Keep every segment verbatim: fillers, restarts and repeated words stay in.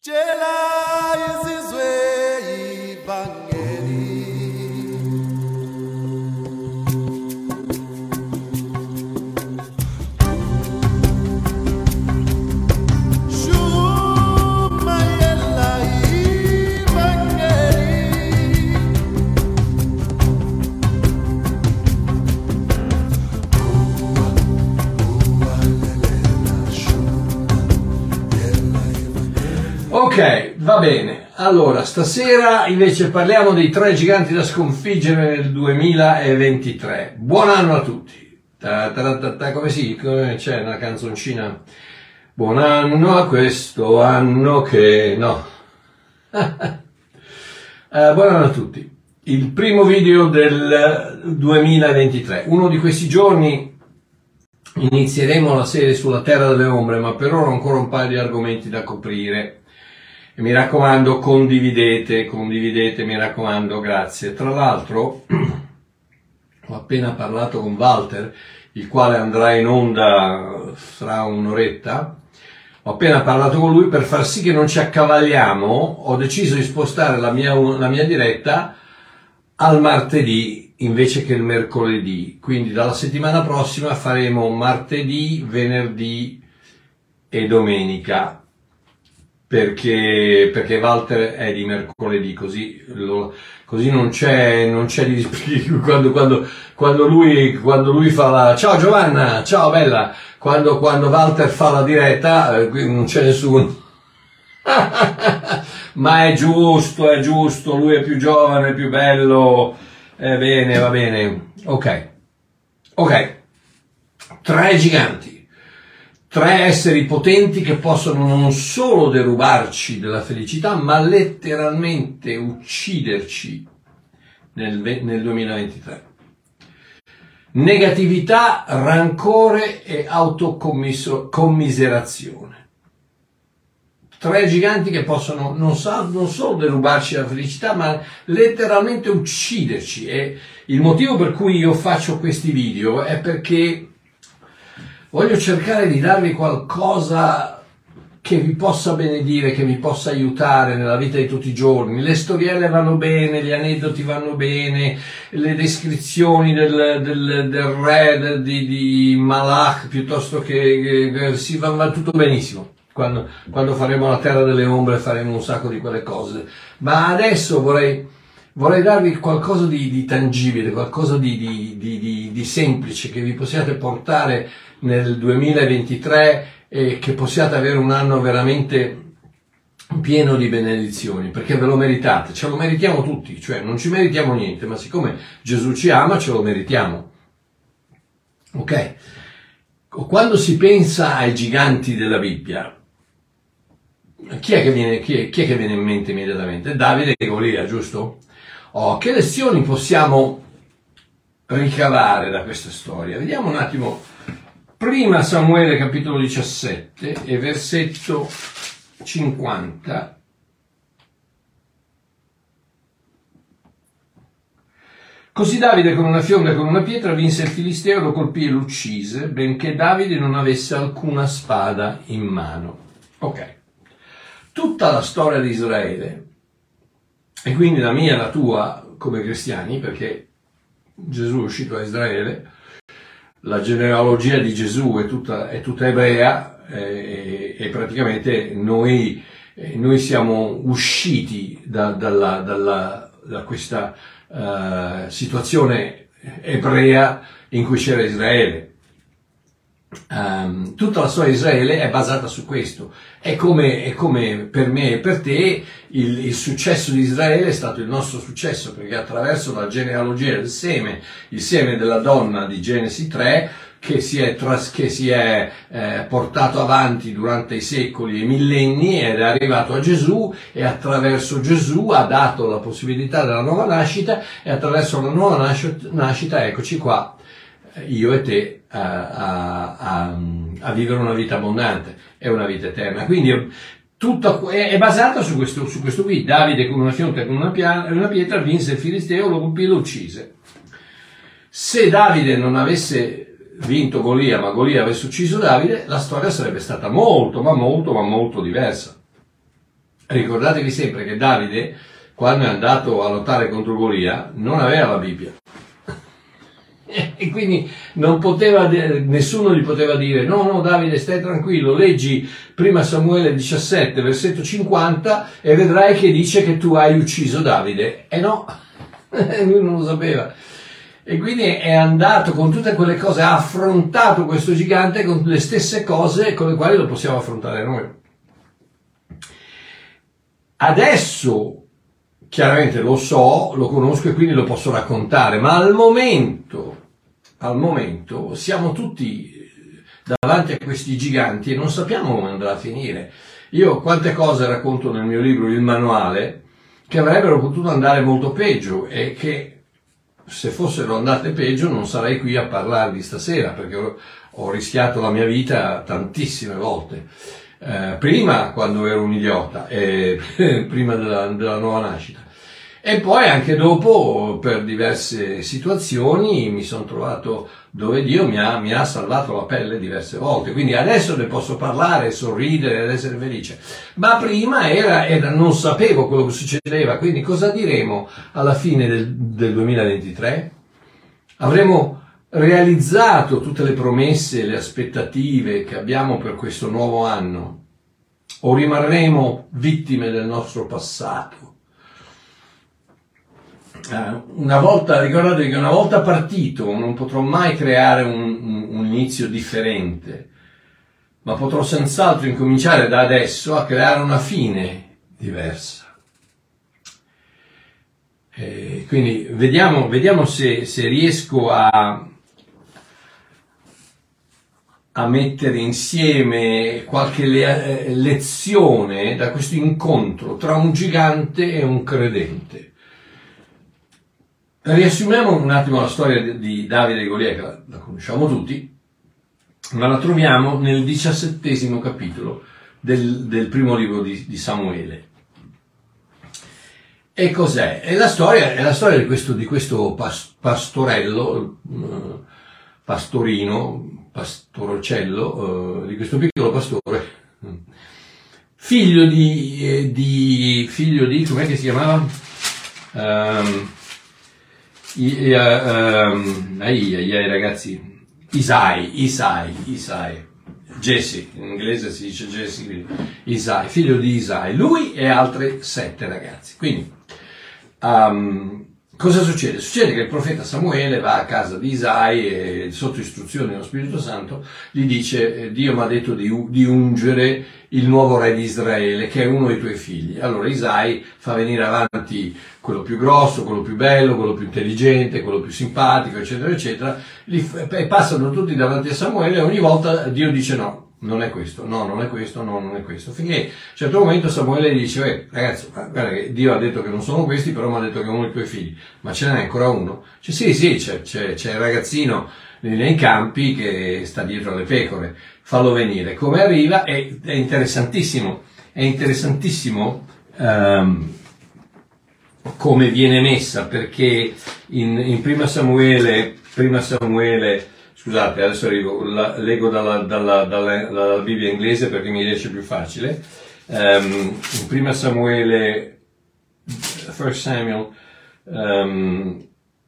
Ok, va bene. Allora, stasera invece parliamo dei tre giganti da sconfiggere nel duemilaventitré. Buon anno a tutti. Ta, ta, ta, ta, come si, come c'è una canzoncina? Buon anno a questo anno che... no. eh, buon anno a tutti. Il primo video del duemilaventitré. Uno di questi giorni inizieremo la serie sulla Terra delle Ombre, ma per ora ho ancora un paio di argomenti da coprire. E mi raccomando, condividete, condividete, mi raccomando, grazie. Tra l'altro, ho appena parlato con Walter, il quale andrà in onda fra un'oretta. Ho appena parlato con lui per far sì che non ci accavaliamo. Ho deciso di spostare la mia, la mia diretta al martedì invece che il mercoledì. Quindi dalla settimana prossima faremo martedì, venerdì e domenica. Perché, perché Walter è di mercoledì, così, lo, così non c'è, non c'è di quando, quando, quando lui, quando lui fa la, ciao Giovanna, ciao bella, quando, quando Walter fa la diretta, eh, non c'è nessuno. Ma è giusto, è giusto, lui è più giovane, è più bello, è bene, va bene. Ok, ok, tre giganti. Tre esseri potenti che possono non solo derubarci della felicità, ma letteralmente ucciderci nel, nel duemilaventitré. Negatività, rancore e autocommiserazione. Tre giganti che possono non, so, non solo derubarci la felicità, ma letteralmente ucciderci. E il motivo per cui io faccio questi video è perché voglio cercare di darvi qualcosa che vi possa benedire, che vi possa aiutare nella vita di tutti i giorni. Le storielle vanno bene, gli aneddoti vanno bene, le descrizioni del, del, del re del, di, di Malach piuttosto che, che si va, va tutto benissimo. Quando, quando faremo la Terra delle Ombre faremo un sacco di quelle cose. Ma adesso vorrei, vorrei darvi qualcosa di, di tangibile, qualcosa di, di, di, di, di semplice che vi possiate portare nel duemilaventitré e che possiate avere un anno veramente pieno di benedizioni, perché ve lo meritate, ce lo meritiamo tutti, cioè non ci meritiamo niente, ma siccome Gesù ci ama ce lo meritiamo. Ok? Quando si pensa ai giganti della Bibbia, chi è che viene, chi è, chi è che viene in mente immediatamente? Davide e Golia, giusto? Oh, che lezioni possiamo ricavare da questa storia? Vediamo un attimo. Prima Samuele capitolo diciassette e versetto cinquanta. Così Davide con una fionda e con una pietra vinse il Filisteo, lo colpì e lo uccise, benché Davide non avesse alcuna spada in mano. Ok. Tutta la storia di Israele, e quindi la mia e la tua come cristiani, perché Gesù è uscito da Israele, la genealogia di Gesù è tutta, è tutta ebrea e, e praticamente noi, noi siamo usciti da, dalla, dalla, da questa uh, situazione ebrea in cui c'era Israele. Um, tutta la storia di Israele è basata su questo. È come, è come per me e per te il, il successo di Israele è stato il nostro successo, perché attraverso la genealogia del seme, il seme della donna di Genesi tre, che si è, tras, che si è eh, portato avanti durante i secoli e i millenni ed è arrivato a Gesù, e attraverso Gesù ha dato la possibilità della nuova nascita, e attraverso la nuova nascita, nascita eccoci qua, io e te, a, a, a, a vivere una vita abbondante e una vita eterna. Quindi tutto è, è basato su questo, su questo qui. Davide con una fionda e con una, pia, una pietra vinse il Filisteo, lo colpì e lo uccise. Se Davide non avesse vinto Golia, ma Golia avesse ucciso Davide, la storia sarebbe stata molto, ma molto, ma molto diversa. Ricordatevi sempre che Davide, quando è andato a lottare contro Golia, non aveva la Bibbia. E quindi non poteva, nessuno gli poteva dire no, no Davide, stai tranquillo, leggi prima Samuele diciassette, versetto cinquanta e vedrai che dice che tu hai ucciso Davide. E no, lui non lo sapeva. E quindi è andato con tutte quelle cose, ha affrontato questo gigante con le stesse cose con le quali lo possiamo affrontare noi. Adesso chiaramente lo so, lo conosco e quindi lo posso raccontare, ma al momento, al momento siamo tutti davanti a questi giganti e non sappiamo come andrà a finire. Io quante cose racconto nel mio libro, il manuale, che avrebbero potuto andare molto peggio e che se fossero andate peggio non sarei qui a parlarvi stasera, perché ho, ho rischiato la mia vita tantissime volte. Eh, prima quando ero un idiota, e prima della, della nuova nascita. E poi anche dopo, per diverse situazioni, mi sono trovato dove Dio mi ha, mi ha salvato la pelle diverse volte. Quindi adesso ne posso parlare, sorridere ed essere felice. Ma prima era, era, non sapevo quello che succedeva. Quindi cosa diremo alla fine del, del duemilaventitré? Avremo realizzato tutte le promesse, le aspettative che abbiamo per questo nuovo anno? O rimarremo vittime del nostro passato? Uh, una volta, ricordatevi che una volta partito non potrò mai creare un, un, un inizio differente, ma potrò senz'altro incominciare da adesso a creare una fine diversa. E quindi vediamo, vediamo se, se riesco a, a mettere insieme qualche le, lezione da questo incontro tra un gigante e un credente. Riassumiamo un attimo la storia di Davide e Golia, che la, la conosciamo tutti, ma la troviamo nel diciassettesimo capitolo del, del primo libro di, di Samuele. E cos'è? È la storia, è la storia di questo, di questo pas, pastorello, uh, pastorino, pastorocello, uh, di questo piccolo pastore, figlio di, eh, di figlio di, com'è che si chiamava? Um, I, uh, um, ai, ai, ai ragazzi, Isai, Isai, Isai, Jesse, in inglese si dice Jesse, Isai, figlio di Isai, lui e altre sette ragazzi. Quindi, um, cosa succede? Succede che il profeta Samuele va a casa di Isai e sotto istruzione dello Spirito Santo gli dice: Dio mi ha detto di, di ungere il nuovo re di Israele, che è uno dei tuoi figli. Allora Isai fa venire avanti quello più grosso, quello più bello, quello più intelligente, quello più simpatico, eccetera, eccetera, e passano tutti davanti a Samuele e ogni volta Dio dice no, non è questo, no, non è questo, no, non è questo. Finché a un certo momento Samuele gli dice: eh, ragazzi, guarda che Dio ha detto che non sono questi, però mi ha detto che è uno dei tuoi figli. Ma ce n'è ancora uno? Dice: sì, sì, c'è, c'è, c'è il ragazzino nei campi che sta dietro alle pecore, fallo venire. Come arriva? È, è interessantissimo, è interessantissimo um, come viene messa, perché in, in prima Samuele, prima Samuele, scusate, adesso arrivo, la, leggo dalla, dalla, dalla, dalla Bibbia inglese perché mi riesce più facile. Um, in prima Samuele, First Samuel, um,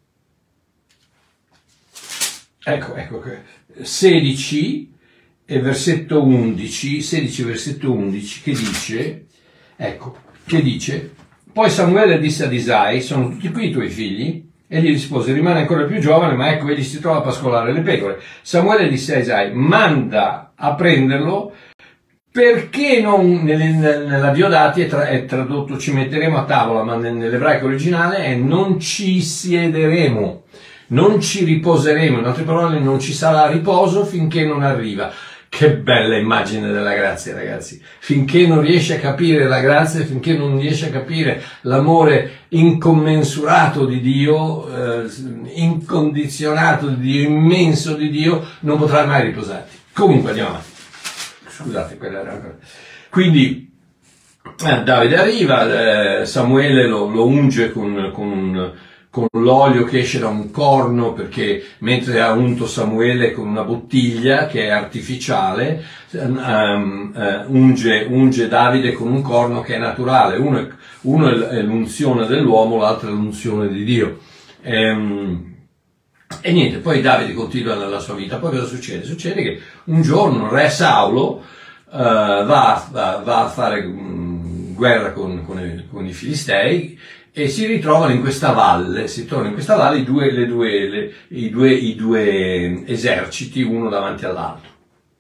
ecco, ecco, sedici e versetto undici, sedici versetto undici, che dice, ecco, che dice: poi Samuele disse ad Isai: sono tutti qui i tuoi figli? E gli rispose: rimane ancora più giovane, ma ecco egli si trova a pascolare le pecore. Samuele disse a Isai: manda a prenderlo, perché non, nella Diodati è, tra, è tradotto ci metteremo a tavola, ma nell'ebraico originale è non ci siederemo, non ci riposeremo, in altre parole non ci sarà riposo finché non arriva. Che bella immagine della grazia, ragazzi. Finché non riesci a capire la grazia, finché non riesci a capire l'amore incommensurato di Dio, eh, incondizionato di Dio, immenso di Dio, non potrai mai riposarti. Comunque andiamo avanti. Scusate, quella era ancora. Quindi eh, Davide arriva, eh, Samuele lo, lo unge con, con, con l'olio che esce da un corno, perché mentre ha unto Samuele con una bottiglia che è artificiale, um, uh, unge, unge Davide con un corno che è naturale. Uno è, uno è l'unzione dell'uomo, l'altro è l'unzione di Dio. Um, e niente, poi Davide continua nella sua vita. Poi cosa succede? Succede che un giorno re Saulo uh, va, va, va a fare um, guerra con, con, i, con i Filistei, e si ritrovano in questa valle, si trovano in questa valle i due, le due, le, i, due, i due eserciti, uno davanti all'altro.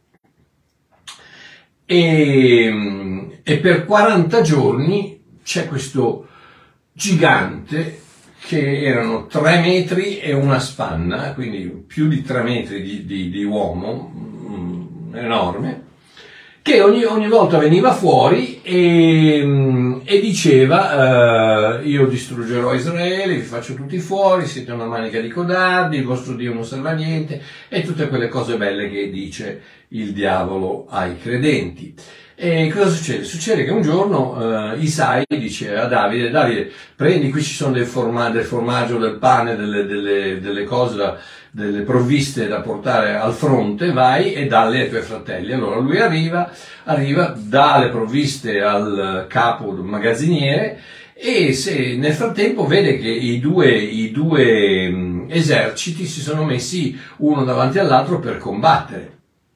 E, e per quaranta giorni c'è questo gigante, che erano tre metri e una spanna, quindi più di tre metri di, di, di uomo, mm, enorme, che ogni, ogni volta veniva fuori e, e diceva uh, io distruggerò Israele, vi faccio tutti fuori, siete una manica di codardi, il vostro Dio non serve a niente, e tutte quelle cose belle che dice il diavolo ai credenti. E cosa succede? Succede che un giorno uh, Isai dice a Davide: Davide, prendi, qui ci sono del, forma- del formaggio, del pane, delle, delle, delle cose da, delle provviste da portare al fronte, vai e dalle ai tuoi fratelli. Allora lui arriva, arriva, dà le provviste al capo del magazziniere, e se nel frattempo vede che i due, i due mh, eserciti si sono messi uno davanti all'altro per combattere.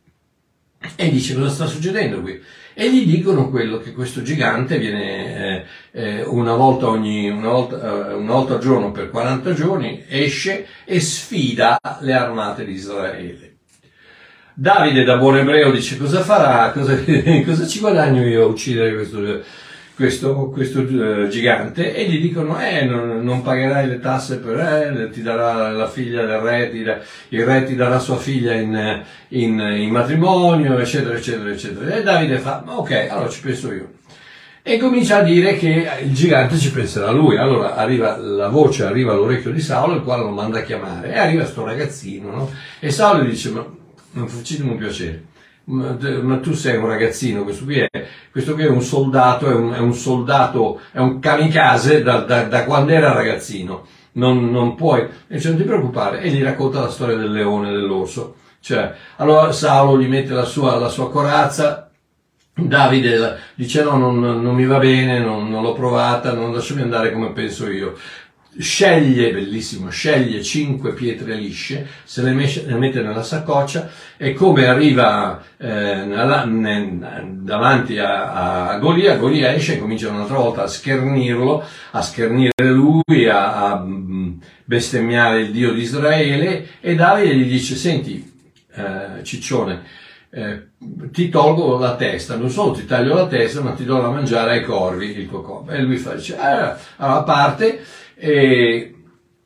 E dice: cosa sta succedendo qui? E gli dicono quello che questo gigante viene eh, eh, una volta ogni una volta, eh, una volta al giorno per quaranta giorni, esce e sfida le armate di Israele. Davide, da buon ebreo, dice: cosa farà? Cosa, cosa ci guadagno io a uccidere questo, questo, questo uh, gigante? E gli dicono: eh, non, non pagherai le tasse per re, ti darà la figlia del re, ti da, il re ti darà sua figlia in, in, in matrimonio, eccetera, eccetera, eccetera. E Davide fa: ok, allora ci penso io. E comincia a dire che il gigante ci penserà lui. Allora arriva la voce, arriva all'orecchio di Saulo, il quale lo manda a chiamare, e arriva sto ragazzino, no? E Saulo gli dice: ma non facciamo un piacere. Ma, ma tu sei un ragazzino, questo qui è, questo qui è un soldato, è un, è un soldato, è un kamikaze da, da, da quando era ragazzino, non, non puoi, e cioè, non ti preoccupare. E gli racconta la storia del leone e dell'orso. Cioè, allora Saulo gli mette la sua, la sua corazza, Davide dice: no, non, non mi va bene, non, non l'ho provata, non lasciami andare come penso io. Sceglie, bellissimo, sceglie cinque pietre lisce, se le, mesce, le mette nella saccoccia, e come arriva eh, nella, ne, davanti a, a Golia, Golia esce e comincia un'altra volta a schernirlo, a schernire lui, a, a bestemmiare il Dio di Israele, e Davide gli dice: senti, eh, ciccione, eh, ti tolgo la testa, non solo ti taglio la testa, ma ti do da mangiare ai corvi il tuo corpo. E lui fa, dice, ah, allora parte. E,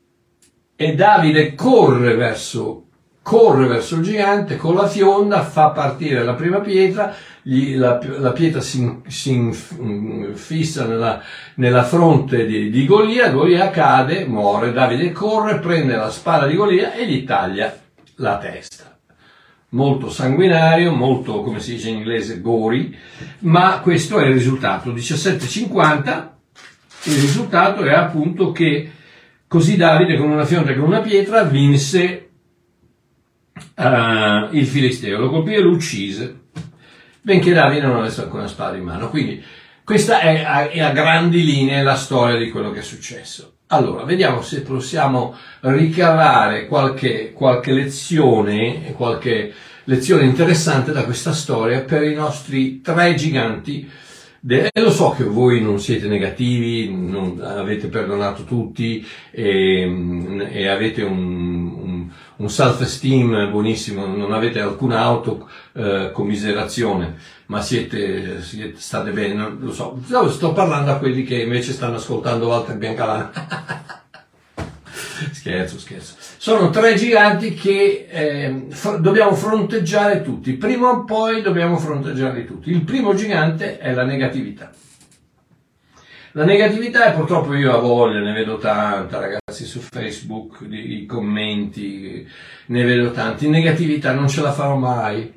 e Davide corre verso, corre verso il gigante con la fionda, fa partire la prima pietra, gli, la, la pietra si, si fissa nella, nella fronte di, di Golia, Golia cade, muore, Davide corre, prende la spada di Golia e gli taglia la testa. Molto sanguinario, molto, come si dice in inglese, gory, ma questo è il risultato. diciassette cinquanta. Il risultato è appunto che così Davide, con una fionda e con una pietra, vinse uh, il Filisteo, lo colpì e lo uccise, benché Davide non avesse ancora spada in mano. Quindi questa è a, è a grandi linee la storia di quello che è successo. Allora, vediamo se possiamo ricavare qualche, qualche lezione, qualche lezione interessante da questa storia per i nostri tre giganti. E lo so che voi non siete negativi, non avete perdonato tutti e, e avete un, un, un self-esteem buonissimo, non avete alcuna autocommiserazione, ma siete, siete state bene, lo so. Sto parlando a quelli che invece stanno ascoltando Walter Biancalana. Scherzo, scherzo. Sono tre giganti che eh, fr- dobbiamo fronteggiare tutti. Prima o poi dobbiamo fronteggiarli tutti. Il primo gigante è la negatività. La negatività, e purtroppo io a voglia, ne vedo tanta, ragazzi, su Facebook, di, i commenti, ne vedo tanti. Negatività, non ce la farò mai.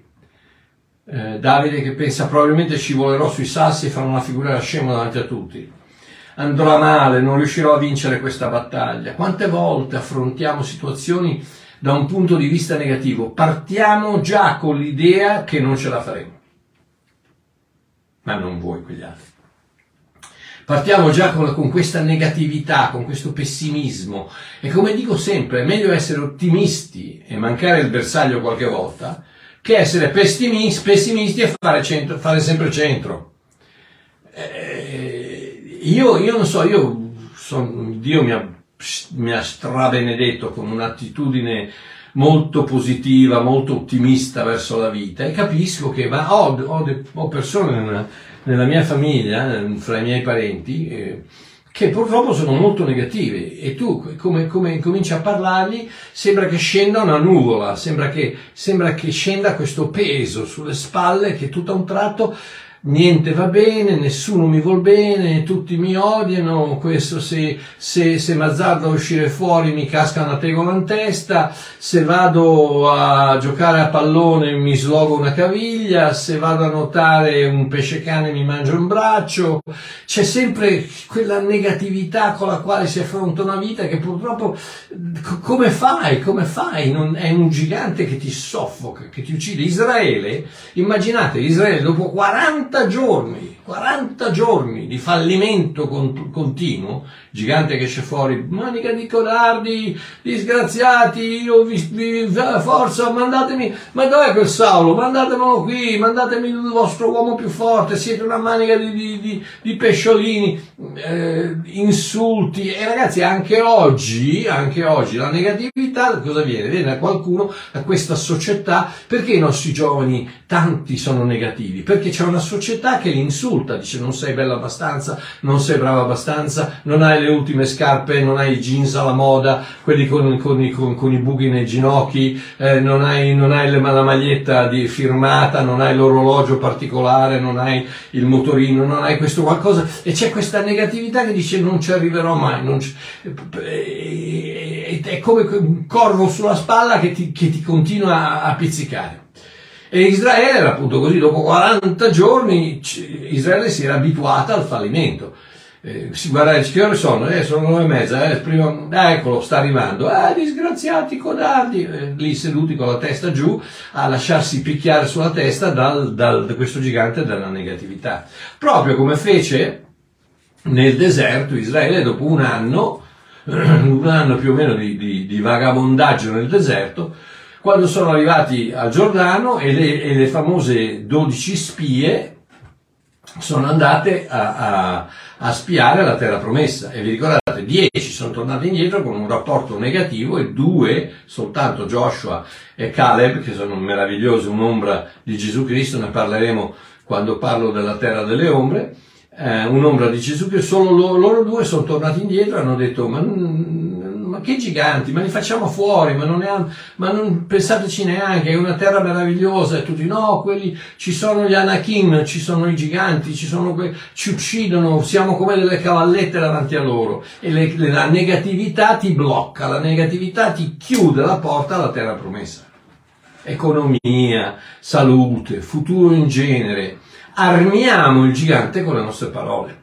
Eh, Davide che pensa: probabilmente scivolerò sui sassi e farò una figura da scemo davanti a tutti. andrà male, non riuscirò a vincere questa battaglia. Quante volte affrontiamo situazioni da un punto di vista negativo? Partiamo già con l'idea che non ce la faremo. Ma non voi, quegli altri. Partiamo già con, con questa negatività, con questo pessimismo. E come dico sempre, è meglio essere ottimisti e mancare il bersaglio qualche volta che essere pessimisti, pessimisti e fare, centro, fare sempre centro. Eh, io, io non so, io son, Dio mi ha, mi ha strabenedetto con un'attitudine molto positiva, molto ottimista verso la vita, e capisco che ma ho, ho, ho persone nella, nella mia famiglia, fra i miei parenti, eh, che purtroppo sono molto negative, e tu come, come cominci a parlargli sembra che scenda una nuvola, sembra che, sembra che scenda questo peso sulle spalle che tutto a un tratto niente va bene, nessuno mi vuol bene, tutti mi odiano, questo se, se, se m'azzardo a uscire fuori mi casca una tegola in testa, se vado a giocare a pallone mi slogo una caviglia, se vado a nuotare un pesce cane mi mangia un braccio. C'è sempre quella negatività con la quale si affronta una vita che purtroppo, come fai, come fai? Non, è un gigante che ti soffoca, che ti uccide. Israele, immaginate, Israele dopo quaranta giorni, quaranta giorni di fallimento continuo, gigante che esce fuori, manica di codardi, disgraziati, io vi, vi forza, mandatemi, ma dov'è quel Saulo? Mandatemelo qui, mandatemi il vostro uomo più forte, siete una manica di, di, di, di pesciolini, eh, insulti. E ragazzi, anche oggi, anche oggi la negatività cosa viene? Viene da qualcuno, da questa società. Perché i nostri giovani tanti sono negativi? Perché c'è una società che li insulta, dice non sei bella abbastanza, non sei brava abbastanza, non hai le ultime scarpe, non hai i jeans alla moda, quelli con, con, con, con i buchi nei ginocchi, eh, non hai, non hai le, la maglietta di, firmata, non hai l'orologio particolare, non hai il motorino, non hai questo qualcosa, e c'è questa negatività che dice non ci arriverò mai, non ci, è come un corvo sulla spalla che ti, che ti continua a pizzicare. E Israele era appunto così, dopo quaranta giorni Israele si era abituata al fallimento. Eh, si guarda, che ore sono? Eh, sono nove e mezza, eh, prima, eh, eccolo, sta arrivando, eh, disgraziati, codardi, eh, lì seduti con la testa giù a lasciarsi picchiare sulla testa dal, dal, da questo gigante della negatività. Proprio come fece nel deserto Israele dopo un anno, un anno più o meno di, di, di vagabondaggio nel deserto, quando sono arrivati al Giordano e le, e le famose dodici spie sono andate a, a, a spiare la terra promessa. E vi ricordate, dieci sono tornati indietro con un rapporto negativo e due, soltanto Joshua e Caleb, che sono meravigliosi, un'ombra di Gesù Cristo, ne parleremo quando parlo della terra delle ombre, eh, un'ombra di Gesù Cristo, solo loro, loro due sono tornati indietro e hanno detto ma... ma che giganti, ma li facciamo fuori, ma non, è, ma non pensateci neanche, è una terra meravigliosa. E tutti no, quelli, ci sono gli Anakim, ci sono i giganti, ci sono que, ci uccidono, siamo come delle cavallette davanti a loro. E le, le, la negatività ti blocca, la negatività ti chiude la porta alla terra promessa. Economia, salute, futuro in genere. Armiamo il gigante con le nostre parole.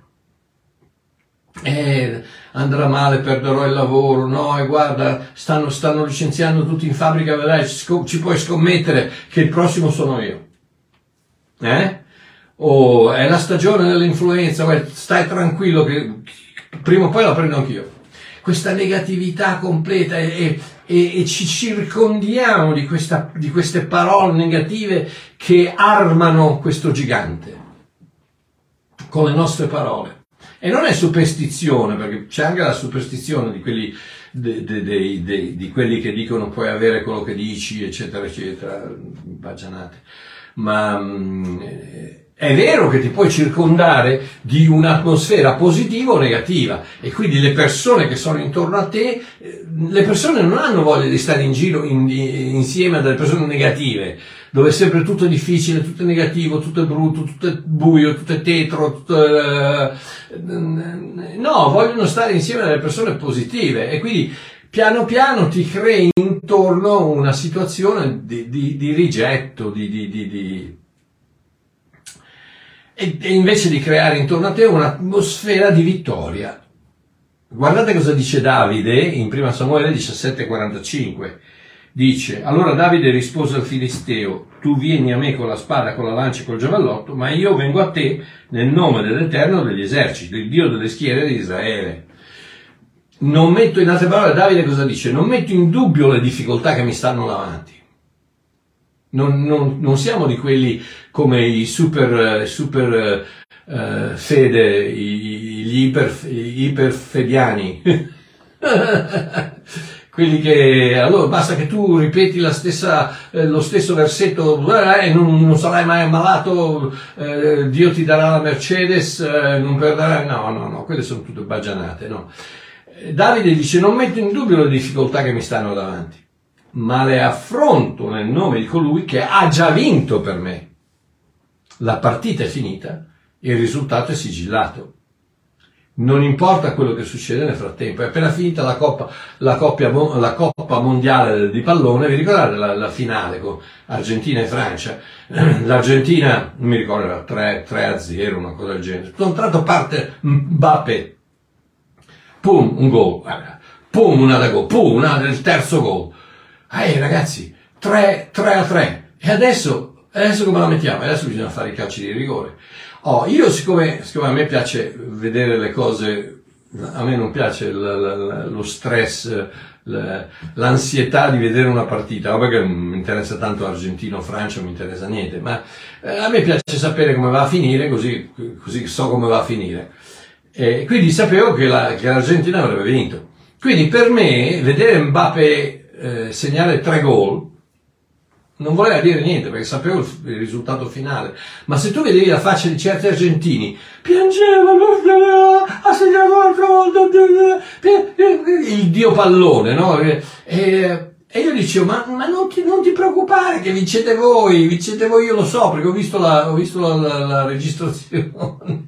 Eh, andrà male, perderò il lavoro, no, e guarda, stanno, stanno licenziando tutti in fabbrica, vedrai, ci, ci puoi scommettere che il prossimo sono io. Eh? O è la stagione dell'influenza, stai tranquillo che prima o poi la prendo anch'io. Questa negatività completa e, e, e ci circondiamo di, questa, di queste parole negative che armano questo gigante con le nostre parole. E non è superstizione, perché c'è anche la superstizione di quelli, de, de, de, de, di quelli che dicono puoi avere quello che dici, eccetera, eccetera, baggianate. Ma mh, è vero che ti puoi circondare di un'atmosfera positiva o negativa, e quindi le persone che sono intorno a te, le persone non hanno voglia di stare in giro in, insieme a delle persone negative, dove è sempre tutto difficile, tutto è negativo, tutto è brutto, tutto è buio, tutto è tetro, tutto è... no, vogliono stare insieme alle persone positive, e quindi piano piano ti crei intorno una situazione di, di, di rigetto, di, di, di, di... e, e invece di creare intorno a te un'atmosfera di vittoria. Guardate cosa dice Davide in primo Samuele diciassette quarantacinque. Dice: allora Davide rispose al Filisteo: tu vieni a me con la spada, con la lancia e col giavellotto, ma io vengo a te nel nome dell'Eterno degli eserciti, del Dio delle schiere di Israele. Non metto, in altre parole, Davide cosa dice? Non metto in dubbio le difficoltà che mi stanno davanti. Non, non, non siamo di quelli come i super, super uh, fede, gli iper, iperfediani. Quelli che, allora, basta che tu ripeti la stessa, eh, lo stesso versetto eh, e non, non sarai mai ammalato, eh, Dio ti darà la Mercedes, eh, non perderai, no, no, no, quelle sono tutte baggianate, no. Davide dice: non metto in dubbio le difficoltà che mi stanno davanti, ma le affronto nel nome di colui che ha già vinto per me. La partita è finita, il risultato è sigillato. Non importa quello che succede nel frattempo, è appena finita la Coppa, la Coppia, la Coppa Mondiale di Pallone, vi ricordate la, la finale con Argentina e Francia? L'Argentina, non mi ricordo, era tre a zero, una cosa del genere. Da un tratto parte Mbappé, pum, un gol, pum, una da gol, pum, una del terzo gol. Ehi ragazzi, tre a tre, e adesso, adesso come la mettiamo? Adesso bisogna fare i calci di rigore. Oh, io siccome, siccome a me piace vedere le cose, a me non piace l, l, lo stress, l, l'ansietà di vedere una partita, non perché mi interessa tanto Argentina o Francia, non mi interessa niente, ma eh, a me piace sapere come va a finire, così, così so come va a finire. E quindi sapevo che, la, che l'Argentina avrebbe vinto. Quindi per me vedere Mbappé eh, segnare tre gol non voleva dire niente, perché sapevo il risultato finale. Ma se tu vedevi la faccia di certi argentini, piangevano, ha segnato altro gol, il dio pallone, no? E, e io dicevo, ma, ma non, ti, non ti preoccupare che vincete voi, vincete voi, io lo so, perché ho visto la, ho visto la, la, la registrazione.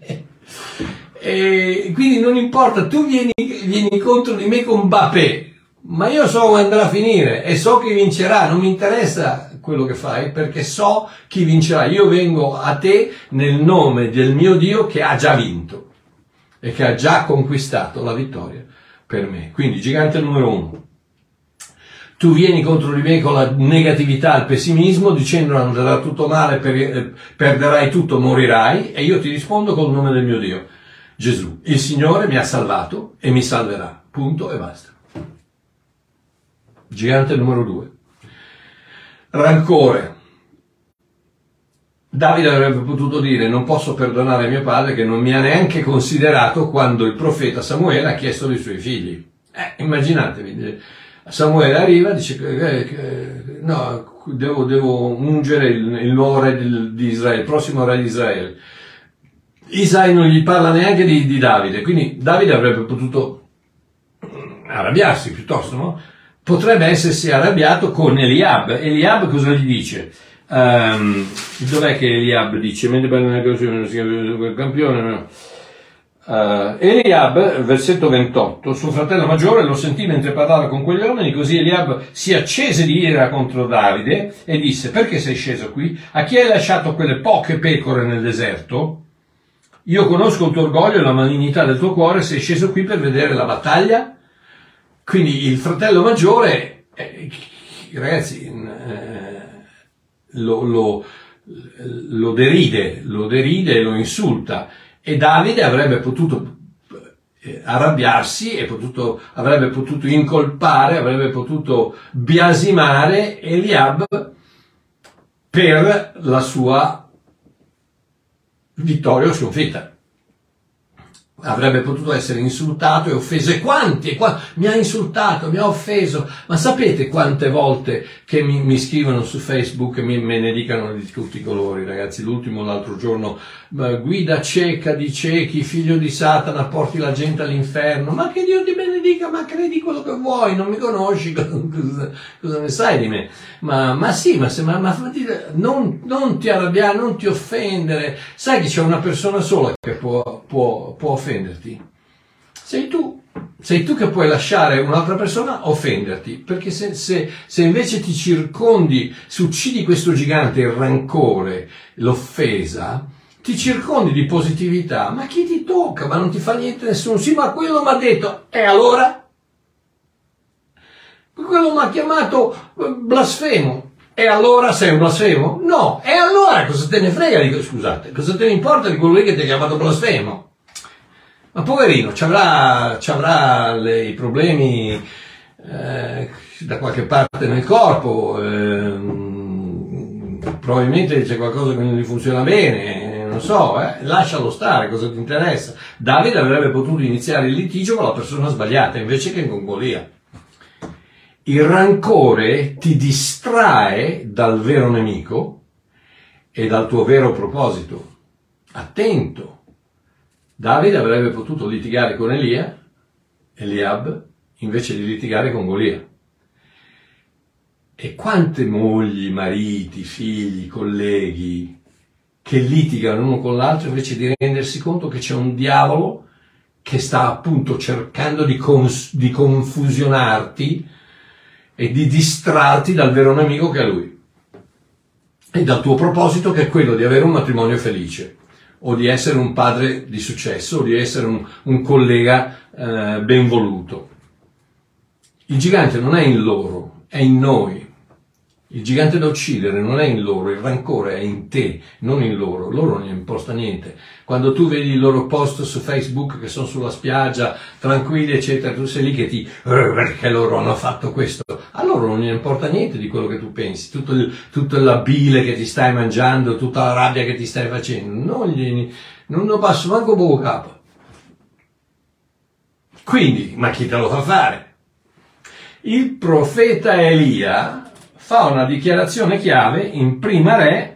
E quindi non importa, tu vieni, vieni contro di me con Mbappé, ma io so come andrà a finire e so chi vincerà, non mi interessa quello che fai, perché so chi vincerà. Io vengo a te nel nome del mio Dio che ha già vinto e che ha già conquistato la vittoria per me. Quindi gigante numero uno: tu vieni contro di me con la negatività, il pessimismo, dicendo andrà tutto male, per, perderai tutto, morirai, e io ti rispondo col nome del mio Dio, Gesù. Il Signore mi ha salvato e mi salverà, punto e basta. Gigante numero due: rancore. Davide avrebbe potuto dire: non posso perdonare mio padre che non mi ha neanche considerato quando il profeta Samuele ha chiesto dei suoi figli. Eh, immaginatevi, Samuele arriva, dice eh, eh, no, devo, devo ungere il, il nuovo re di, di Israele, il prossimo re di Israele. Isai non gli parla neanche di, di Davide, quindi Davide avrebbe potuto arrabbiarsi piuttosto, no? Potrebbe essersi arrabbiato con Eliab. Eliab cosa gli dice? Um, dov'è che Eliab dice? Mentre parla nella creazione, il campione, no? Uh, Eliab, versetto ventotto, suo fratello maggiore lo sentì mentre parlava con quegli uomini, così Eliab si accese di ira contro Davide e disse: perché sei sceso qui? A chi hai lasciato quelle poche pecore nel deserto? Io conosco il tuo orgoglio e la malignità del tuo cuore, sei sceso qui per vedere la battaglia? Quindi il fratello maggiore, eh, ragazzi, eh, lo, lo, lo deride, lo deride e lo insulta. E Davide avrebbe potuto arrabbiarsi, e potuto, avrebbe potuto incolpare, avrebbe potuto biasimare Eliab per la sua vittoria o sconfitta. Avrebbe potuto essere insultato e offeso. E quanti? E qua, mi ha insultato, mi ha offeso. Ma sapete quante volte che mi, mi scrivono su Facebook e mi, me ne dicano di tutti i colori, ragazzi? L'ultimo, l'altro giorno, guida cieca di ciechi, figlio di Satana, porti la gente all'inferno. Ma che Dio ti benedica, ma credi quello che vuoi, non mi conosci, cosa, cosa ne sai di me? Ma, ma sì, ma, se, ma, ma non, non ti arrabbiare, non ti offendere. Sai che c'è una persona sola che può, può, può offenderti? Sei tu. Sei tu che puoi lasciare un'altra persona offenderti, perché se, se, se invece ti circondi, se uccidi questo gigante, il rancore, l'offesa, ti ti circondi di positività, ma chi ti tocca? Ma non ti fa niente nessuno. Sì, ma quello mi ha detto, e allora? Quello mi ha chiamato blasfemo, e allora sei un blasfemo? No, e allora cosa te ne frega? Dico, scusate, cosa te ne importa di quello lì che ti ha chiamato blasfemo? Ma poverino, ci avrà, ci avrà le, i problemi eh, da qualche parte nel corpo, eh, probabilmente c'è qualcosa che non gli funziona bene, non so, eh, lascialo stare, cosa ti interessa? Davide avrebbe potuto iniziare il litigio con la persona sbagliata invece che con Golia. Il rancore ti distrae dal vero nemico e dal tuo vero proposito. Attento! Davide avrebbe potuto litigare con Elia, Eliab, invece di litigare con Golia. E quante mogli, mariti, figli, colleghi che litigano l'uno con l'altro invece di rendersi conto che c'è un diavolo che sta appunto cercando di, cons- di confusionarti e di distrarti dal vero nemico che è lui e dal tuo proposito, che è quello di avere un matrimonio felice, o di essere un padre di successo, o di essere un, un collega eh, ben voluto. Il gigante non è in loro, è in noi. Il gigante da uccidere non è in loro, il rancore è in te, non in loro. Loro non gli importa niente. Quando tu vedi i loro post su Facebook che sono sulla spiaggia, tranquilli, eccetera, tu sei lì che ti... Eh, perché loro hanno fatto questo? A loro non gli importa niente di quello che tu pensi, tutto il, tutta la bile che ti stai mangiando, tutta la rabbia che ti stai facendo. Non gli... non lo passo manco poco capo. Quindi, ma chi te lo fa fare? Il profeta Elia fa una dichiarazione chiave in Prima Re,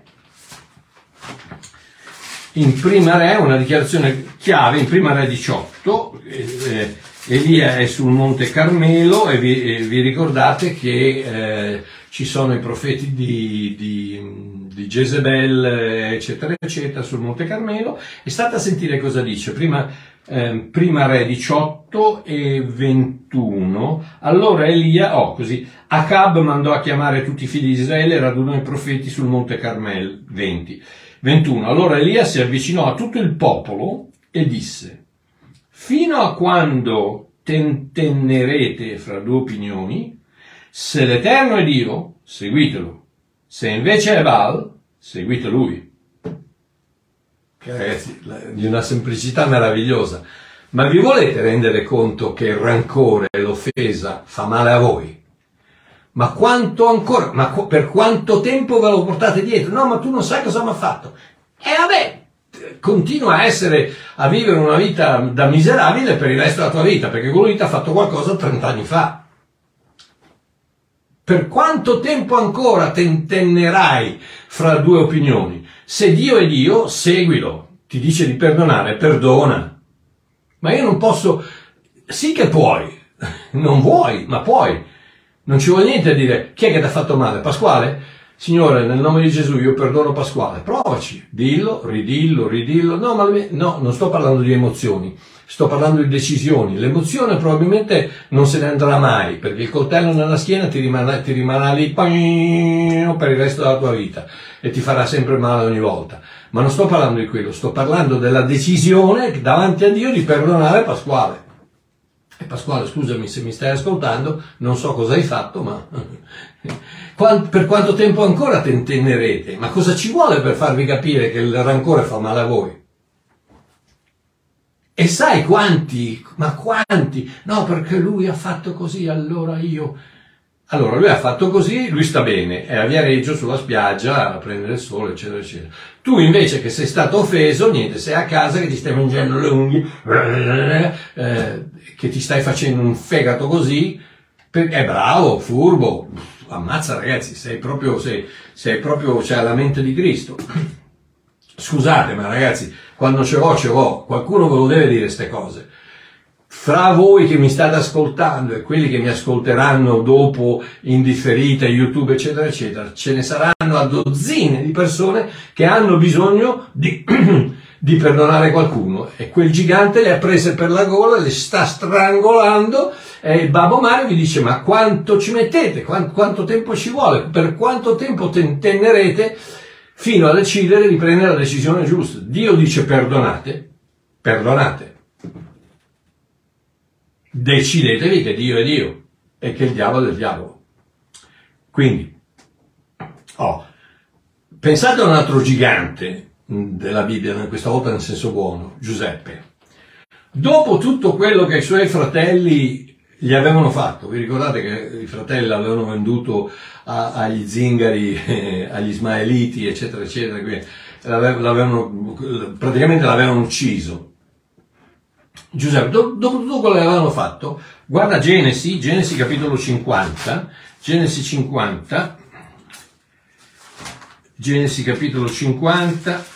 in Prima Re, una dichiarazione chiave in Prima Re diciotto, eh, Elia è sul Monte Carmelo e vi, eh, vi ricordate che eh, ci sono i profeti di, di, di Jezebel, eccetera, eccetera, sul Monte Carmelo, e state a sentire cosa dice. Prima, eh, Prima Re diciotto e ventuno. Allora Elia, oh così, Acab mandò a chiamare tutti i figli di Israele e radunò i profeti sul Monte Carmelo. venti. ventuno. Allora Elia si avvicinò a tutto il popolo e disse: fino a quando tentennerete fra due opinioni? Se l'Eterno è Dio, seguitelo; se invece è Baal, seguite lui. Ragazzi, di una semplicità meravigliosa. Ma vi volete rendere conto che il rancore e l'offesa fa male a voi? Ma quanto ancora? Ma per quanto tempo ve lo portate dietro? No, ma tu non sai cosa mi ha fatto. E vabbè, continua a essere, a vivere una vita da miserabile per il resto della tua vita, perché colui ti ha fatto qualcosa trent'anni fa. Per quanto tempo ancora tentennerai fra due opinioni? Se Dio è Dio, seguilo. Ti dice di perdonare, perdona. Ma io non posso... Sì che puoi. Non vuoi, ma puoi. Non ci vuole niente a dire: chi è che ti ha fatto male? Pasquale? Signore, nel nome di Gesù io perdono Pasquale. Provaci. Dillo, ridillo, ridillo. No, ma no, non sto parlando di emozioni. Sto parlando di decisioni. L'emozione probabilmente non se ne andrà mai, perché il coltello nella schiena ti rimarrà, ti rimarrà lì per il resto della tua vita e ti farà sempre male ogni volta. Ma non sto parlando di quello, sto parlando della decisione davanti a Dio di perdonare Pasquale. E Pasquale, scusami se mi stai ascoltando, non so cosa hai fatto, ma per quanto tempo ancora tentennerete? Ma cosa ci vuole per farvi capire che il rancore fa male a voi? E sai quanti, ma quanti? No, perché lui ha fatto così, allora io... Allora, lui ha fatto così, lui sta bene, è a Viareggio sulla spiaggia a prendere il sole, eccetera, eccetera. Tu invece che sei stato offeso, niente, sei a casa che ti stai mangiando le unghie, eh, che ti stai facendo un fegato così, perché è bravo, furbo, ammazza ragazzi, sei proprio, sei, sei proprio, c'hai la mente di Cristo. Scusate, ma ragazzi, quando ce l'ho, ce l'ho, qualcuno ve lo deve dire ste cose. Fra voi che mi state ascoltando e quelli che mi ascolteranno dopo in differita, YouTube, eccetera, eccetera, ce ne saranno a dozzine di persone che hanno bisogno di, di perdonare qualcuno. E quel gigante le ha prese per la gola, le sta strangolando e il Babbo Mario vi dice: ma quanto ci mettete? Quanto, quanto tempo ci vuole? Per quanto tempo tennerete fino a decidere di prendere la decisione giusta. Dio dice perdonate, perdonate. Decidetevi che Dio è Dio e che il diavolo è il diavolo. Quindi, oh, pensate a un altro gigante della Bibbia, questa volta nel senso buono, Giuseppe. Dopo tutto quello che i suoi fratelli gli avevano fatto, vi ricordate che i fratelli l'avevano venduto a, agli zingari, eh, agli ismaeliti, eccetera, eccetera, quindi l'avevano, praticamente l'avevano ucciso. Giuseppe, dopo, dopo tutto quello che avevano fatto, guarda Genesi, Genesi capitolo cinquanta, Genesi cinquanta, Genesi capitolo cinquanta,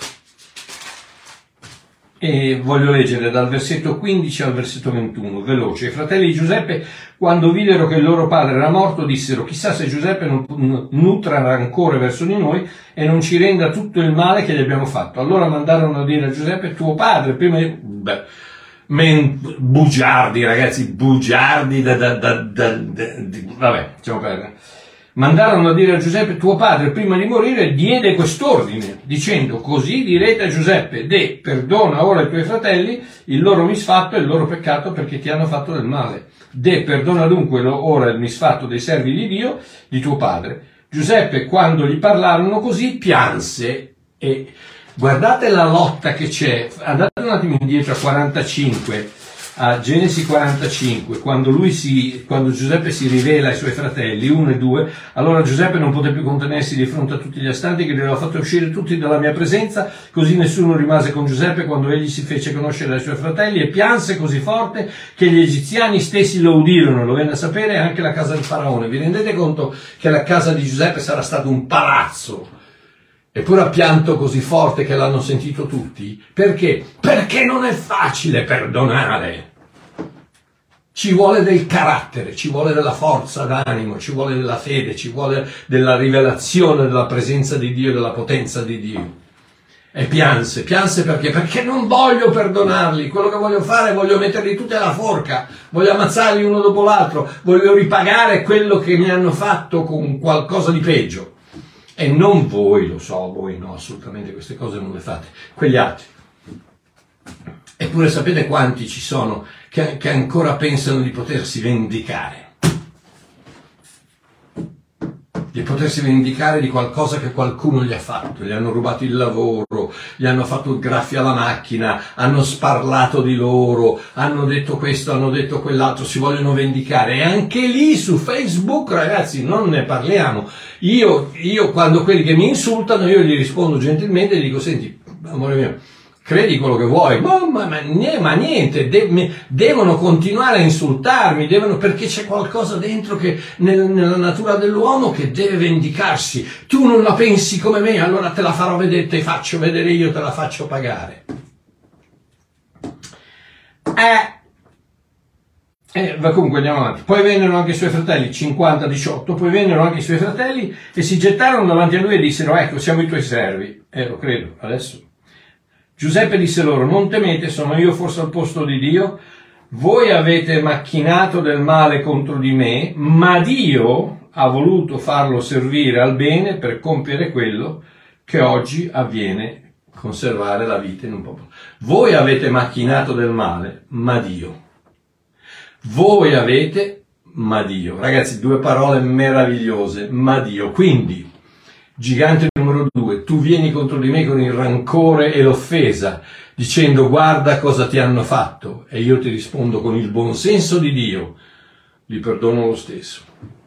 e voglio leggere dal versetto quindici al versetto ventuno, veloce. I fratelli di Giuseppe, quando videro che il loro padre era morto, dissero: chissà se Giuseppe non nutra rancore verso di noi e non ci renda tutto il male che gli abbiamo fatto. Allora mandarono a dire a Giuseppe: tuo padre, prima di... Beh, men... bugiardi, ragazzi, bugiardi da... da, da, da, da vabbè, lasciamo perdere. Mandarono a dire a Giuseppe: tuo padre prima di morire diede quest'ordine, dicendo: così direte a Giuseppe: De, perdona ora ai tuoi fratelli il loro misfatto e il loro peccato, perché ti hanno fatto del male. De, perdona dunque ora il misfatto dei servi di Dio, di tuo padre. Giuseppe, quando gli parlarono così, pianse. E guardate la lotta che c'è. Andate un attimo indietro a quarantacinque. A Genesi quarantacinque, quando lui si, quando Giuseppe si rivela ai suoi fratelli, uno e due, allora Giuseppe non poté più contenersi di fronte a tutti gli astanti, che li aveva fatto uscire tutti dalla mia presenza, così nessuno rimase con Giuseppe quando egli si fece conoscere ai suoi fratelli, e pianse così forte che gli egiziani stessi lo udirono, lo venne a sapere anche la casa del faraone. Vi rendete conto che la casa di Giuseppe sarà stato un palazzo? Eppure ha pianto così forte che l'hanno sentito tutti. Perché? Perché non è facile perdonare. Ci vuole del carattere, ci vuole della forza d'animo, ci vuole della fede, ci vuole della rivelazione della presenza di Dio e della potenza di Dio. E pianse, pianse perché? Perché non voglio perdonarli. Quello che voglio fare è voglio metterli tutti alla forca, voglio ammazzarli uno dopo l'altro, voglio ripagare quello che mi hanno fatto con qualcosa di peggio. E non voi, lo so, voi no, assolutamente queste cose non le fate, quegli altri. Eppure sapete quanti ci sono che, che ancora pensano di potersi vendicare? Di potersi vendicare di qualcosa che qualcuno gli ha fatto. Gli hanno rubato il lavoro, gli hanno fatto graffi alla macchina, hanno sparlato di loro, hanno detto questo, hanno detto quell'altro, si vogliono vendicare. E anche lì su Facebook, ragazzi, non ne parliamo. Io, io quando quelli che mi insultano, io gli rispondo gentilmente e gli dico: senti, amore mio, credi quello che vuoi, ma, ma, ma, ma niente, de, devono continuare a insultarmi, devono, perché c'è qualcosa dentro che nel, nella natura dell'uomo che deve vendicarsi. Tu non la pensi come me, allora te la farò vedere, te faccio vedere io, te la faccio pagare. Eh, eh, ma comunque andiamo avanti. Poi vennero anche i suoi fratelli, cinquanta diciotto, poi vennero anche i suoi fratelli e si gettarono davanti a lui e dissero: ecco, siamo i tuoi servi. Eh, lo credo, adesso. Giuseppe disse loro: non temete, sono io forse al posto di Dio? Voi avete macchinato del male contro di me, ma Dio ha voluto farlo servire al bene per compiere quello che oggi avviene, conservare la vita in un popolo. Voi avete macchinato del male, ma Dio. Voi avete, ma Dio. Ragazzi, due parole meravigliose, ma Dio. Quindi, gigante numero due, tu vieni contro di me con il rancore e l'offesa, dicendo: guarda cosa ti hanno fatto, e io ti rispondo con il buon senso di Dio, li perdono lo stesso.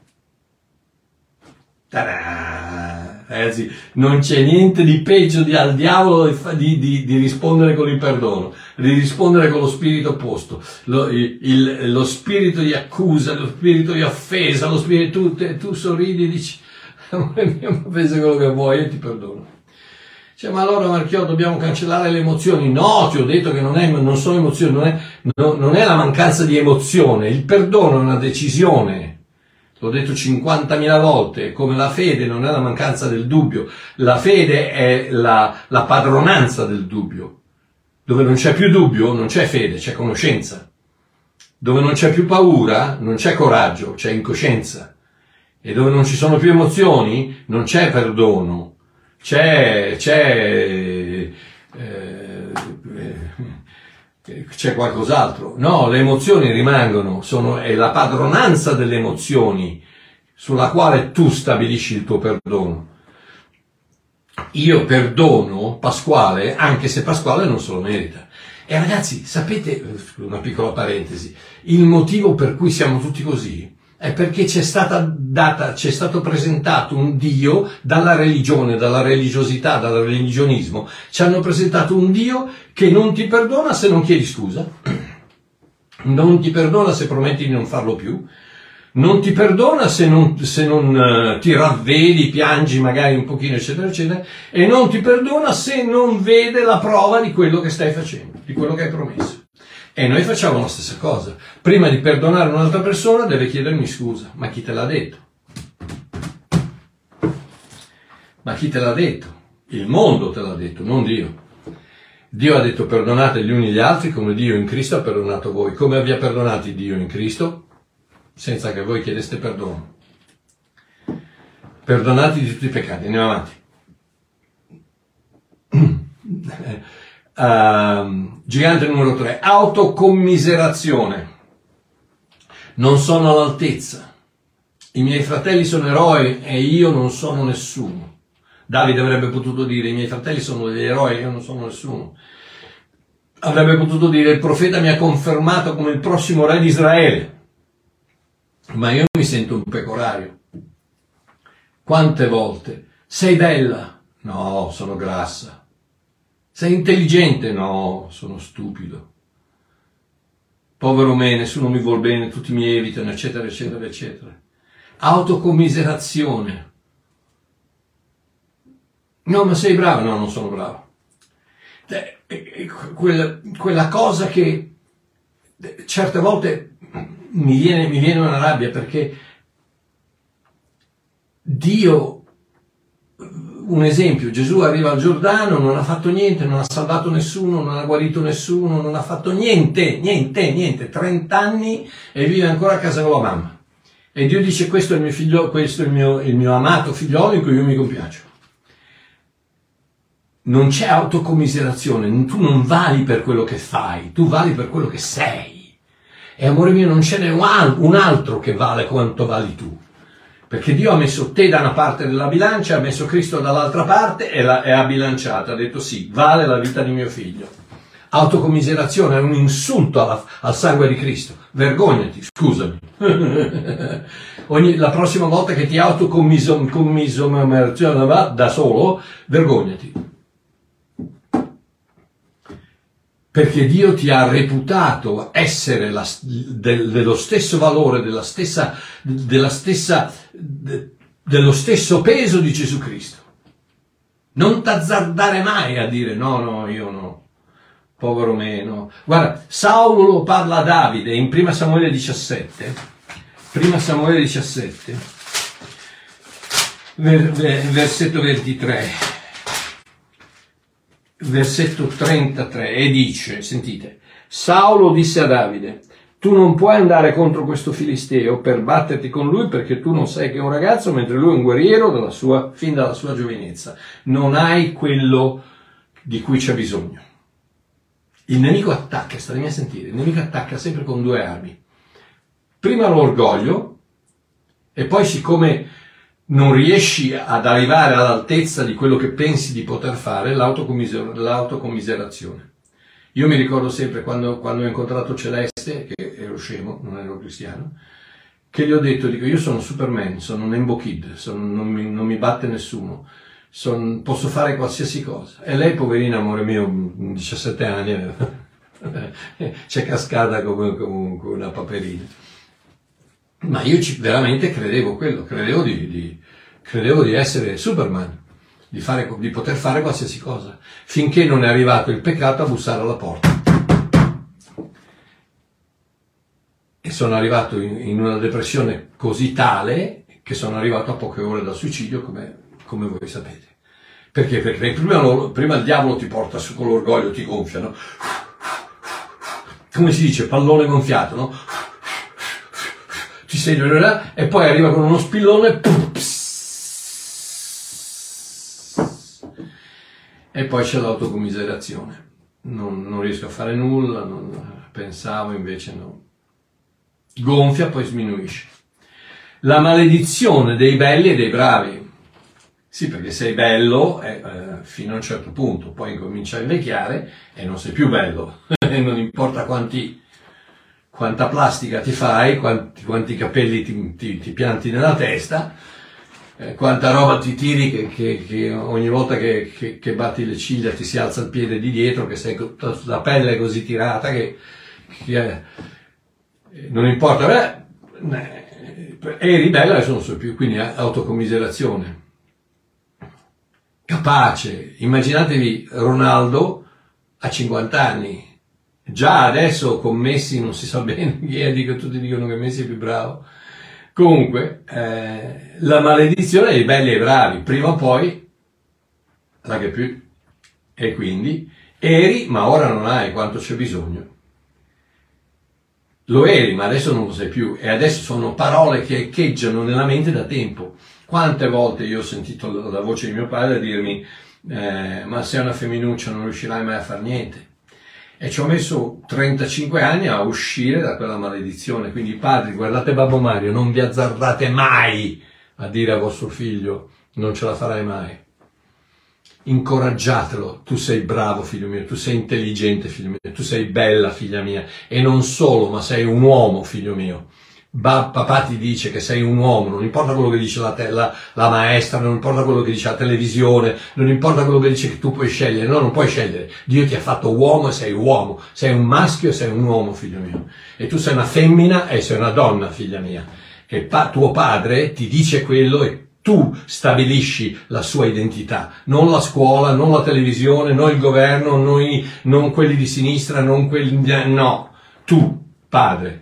Ta-da! Ragazzi, non c'è niente di peggio di, al diavolo di, di, di rispondere con il perdono, di rispondere con lo spirito opposto, lo, il, lo spirito di accusa, lo spirito di offesa, lo spirito, tu, te, tu sorridi e dici: amore mio, pensa quello che vuoi, io ti perdono. Cioè, ma allora Marchiò dobbiamo cancellare le emozioni? No, ti ho detto che non, è, non sono emozioni, non è, no, non è la mancanza di emozione, il perdono è una decisione. L'ho detto cinquantamila volte, come la fede non è la mancanza del dubbio, la fede è la, la padronanza del dubbio. Dove non c'è più dubbio non c'è fede, c'è conoscenza. Dove non c'è più paura non c'è coraggio, c'è incoscienza. E dove non ci sono più emozioni non c'è perdono, c'è, c'è, eh, c'è qualcos'altro. No, le emozioni rimangono, sono, è la padronanza delle emozioni sulla quale tu stabilisci il tuo perdono. Io perdono Pasquale anche se Pasquale non se lo merita. E ragazzi, sapete, una piccola parentesi, il motivo per cui siamo tutti così è perché c'è stata data, c'è stato presentato un Dio dalla religione, dalla religiosità, dal religionismo. Ci hanno presentato un Dio che non ti perdona se non chiedi scusa, non ti perdona se prometti di non farlo più, non ti perdona se non, se non uh, ti ravvedi, piangi magari un pochino, eccetera, eccetera, e non ti perdona se non vede la prova di quello che stai facendo, di quello che hai promesso. E noi facciamo la stessa cosa. Prima di perdonare un'altra persona deve chiedermi scusa. Ma chi te l'ha detto? Ma chi te l'ha detto? Il mondo te l'ha detto, non Dio. Dio ha detto perdonate gli uni gli altri come Dio in Cristo ha perdonato voi. Come vi ha perdonati Dio in Cristo? Senza che voi chiedeste perdono. Perdonati di tutti i peccati. Andiamo avanti. Uh, gigante numero tre, autocommiserazione. Non sono all'altezza. I miei fratelli sono eroi e io non sono nessuno. Davide avrebbe potuto dire: i miei fratelli sono degli eroi e io non sono nessuno. Avrebbe potuto dire: il profeta mi ha confermato come il prossimo re di Israele. Ma io mi sento un pecorario. Quante volte? Sei bella? No, sono grassa. Sei intelligente? No, sono stupido. Povero me, nessuno mi vuol bene, tutti mi evitano, eccetera, eccetera, eccetera. Autocommiserazione. No, ma sei bravo? No, non sono bravo. Quella, quella cosa che certe volte mi viene, mi viene una rabbia, perché Dio... Un esempio, Gesù arriva al Giordano, non ha fatto niente, non ha salvato nessuno, non ha guarito nessuno, non ha fatto niente, niente, niente, trent'anni e vive ancora a casa con la mamma. E Dio dice: questo è il mio figlio, questo è il mio, il mio amato figliolo in cui io mi compiaccio. Non c'è autocommiserazione, tu non vali per quello che fai, tu vali per quello che sei. E amore mio, non ce n'è un altro che vale quanto vali tu. Perché Dio ha messo te da una parte della bilancia, ha messo Cristo dall'altra parte e, la, e ha bilanciato, ha detto sì, vale la vita di mio figlio. Autocommiserazione è un insulto alla, al sangue di Cristo. Vergognati, scusami. Ogni, la prossima volta che ti autocommiserazione da solo, vergognati. Perché Dio ti ha reputato essere la, de, dello stesso valore, della stessa, della stessa, de, dello stesso peso di Gesù Cristo. Non t'azzardare mai a dire no, no, io no, povero me, no. Guarda, Saulo parla a Davide in prima Samuele diciassette, prima Samuele diciassette, ver, ver, versetto ventitré. Versetto trentatré, e dice, sentite, Saulo disse a Davide: tu non puoi andare contro questo filisteo per batterti con lui, perché tu non sei che un ragazzo, mentre lui è un guerriero dalla sua, fin dalla sua giovinezza. Non hai quello di cui c'è bisogno. Il nemico attacca, statemi a sentire, il nemico attacca sempre con due armi. Prima l'orgoglio, e poi siccome non riesci ad arrivare all'altezza di quello che pensi di poter fare, l'autocommiser- l'autocommiserazione. Io mi ricordo sempre quando, quando ho incontrato Celeste, che ero scemo, non ero cristiano, che gli ho detto, dico, io sono Superman, sono un Nembo Kid, sono, non, mi, non mi batte nessuno, son, posso fare qualsiasi cosa. E lei, poverina, amore mio, diciassette anni, c'è cascata come, come, come una paperina. Ma io ci, veramente credevo quello, credevo di, di, credevo di essere Superman, di, fare, di poter fare qualsiasi cosa, finché non è arrivato il peccato a bussare alla porta. E sono arrivato in, in una depressione così tale che sono arrivato a poche ore dal suicidio, come, come voi sapete. Perché? Perché prima, prima il diavolo ti porta su con l'orgoglio, ti gonfia, no? Come si dice, pallone gonfiato, no? Ti sei e poi arriva con uno spillone, E poi c'è l'autocommiserazione. Non, non riesco a fare nulla, non, pensavo, invece no. Gonfia, poi sminuisce. La maledizione dei belli e dei bravi. Sì, perché sei bello eh, eh, fino a un certo punto, poi incomincia a invecchiare e non sei più bello. Non importa quanti, quanta plastica ti fai, quanti, quanti capelli ti, ti, ti pianti nella testa, eh, quanta roba ti tiri che, che, che ogni volta che, che, che batti le ciglia ti si alza il piede di dietro, che sei la pelle è così tirata che, che eh, non importa. Beh, eri bella, adesso non so più, quindi autocommiserazione. Capace, immaginatevi Ronaldo a cinquanta anni, già adesso con Messi non si sa bene chi è, dico, tutti dicono che Messi è più bravo. Comunque, eh, la maledizione dei belli e bravi, prima o poi la che più, e quindi eri, ma ora non hai quanto c'è bisogno. Lo eri, ma adesso non lo sei più, e adesso sono parole che echeggiano nella mente da tempo. Quante volte io ho sentito la voce di mio padre dirmi eh, ma sei una femminuccia, non riuscirai mai a far niente. E ci ho messo trentacinque anni a uscire da quella maledizione. Quindi padri, guardate Babbo Mario, non vi azzardate mai a dire a vostro figlio non ce la farai mai. Incoraggiatelo, tu sei bravo figlio mio, tu sei intelligente figlio mio, tu sei bella figlia mia, e non solo, ma sei un uomo figlio mio. Ba- papà ti dice che sei un uomo, non importa quello che dice la, te- la, la maestra, non importa quello che dice la televisione, non importa quello che dice che tu puoi scegliere, no, non puoi scegliere. Dio ti ha fatto uomo e sei uomo, sei un maschio e sei un uomo figlio mio, e tu sei una femmina e sei una donna figlia mia, e pa- tuo padre ti dice quello e tu stabilisci la sua identità, non la scuola, non la televisione, non il governo, noi, non quelli di sinistra, non quelli di... no, tu, padre.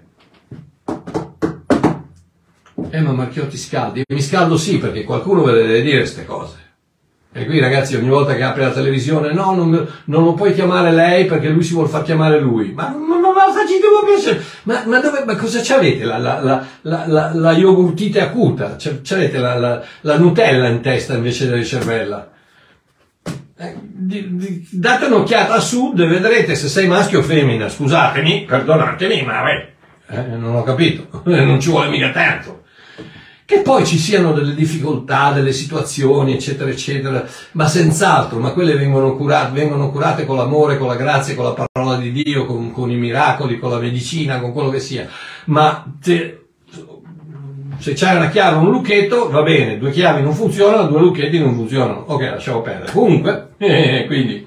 Eh, ma Marchio ti scaldi? Mi scaldo sì, perché qualcuno ve le deve dire queste cose. E qui ragazzi, ogni volta che apri la televisione, no, non, non lo puoi chiamare lei perché lui si vuol far chiamare lui. Ma, ma, ma, ma facci tu piacere. Ma, ma dove, ma cosa c'avete? La, la, la, la, la, la yogurtite acuta? C'avete la, la, la Nutella in testa invece delle cervella? Eh, di, di, date un'occhiata a sud e vedrete se sei maschio o femmina. Scusatemi, perdonatemi, ma beh, eh, non ho capito. Non ci vuole mica tanto. Che poi ci siano delle difficoltà, delle situazioni, eccetera, eccetera, ma senz'altro, ma quelle vengono curate, vengono curate con l'amore, con la grazia, con la parola di Dio, con, con i miracoli, con la medicina, con quello che sia. Ma te, se c'hai una chiave o un lucchetto, va bene, due chiavi non funzionano, due lucchetti non funzionano. Ok, lasciamo perdere. Comunque, eh, quindi,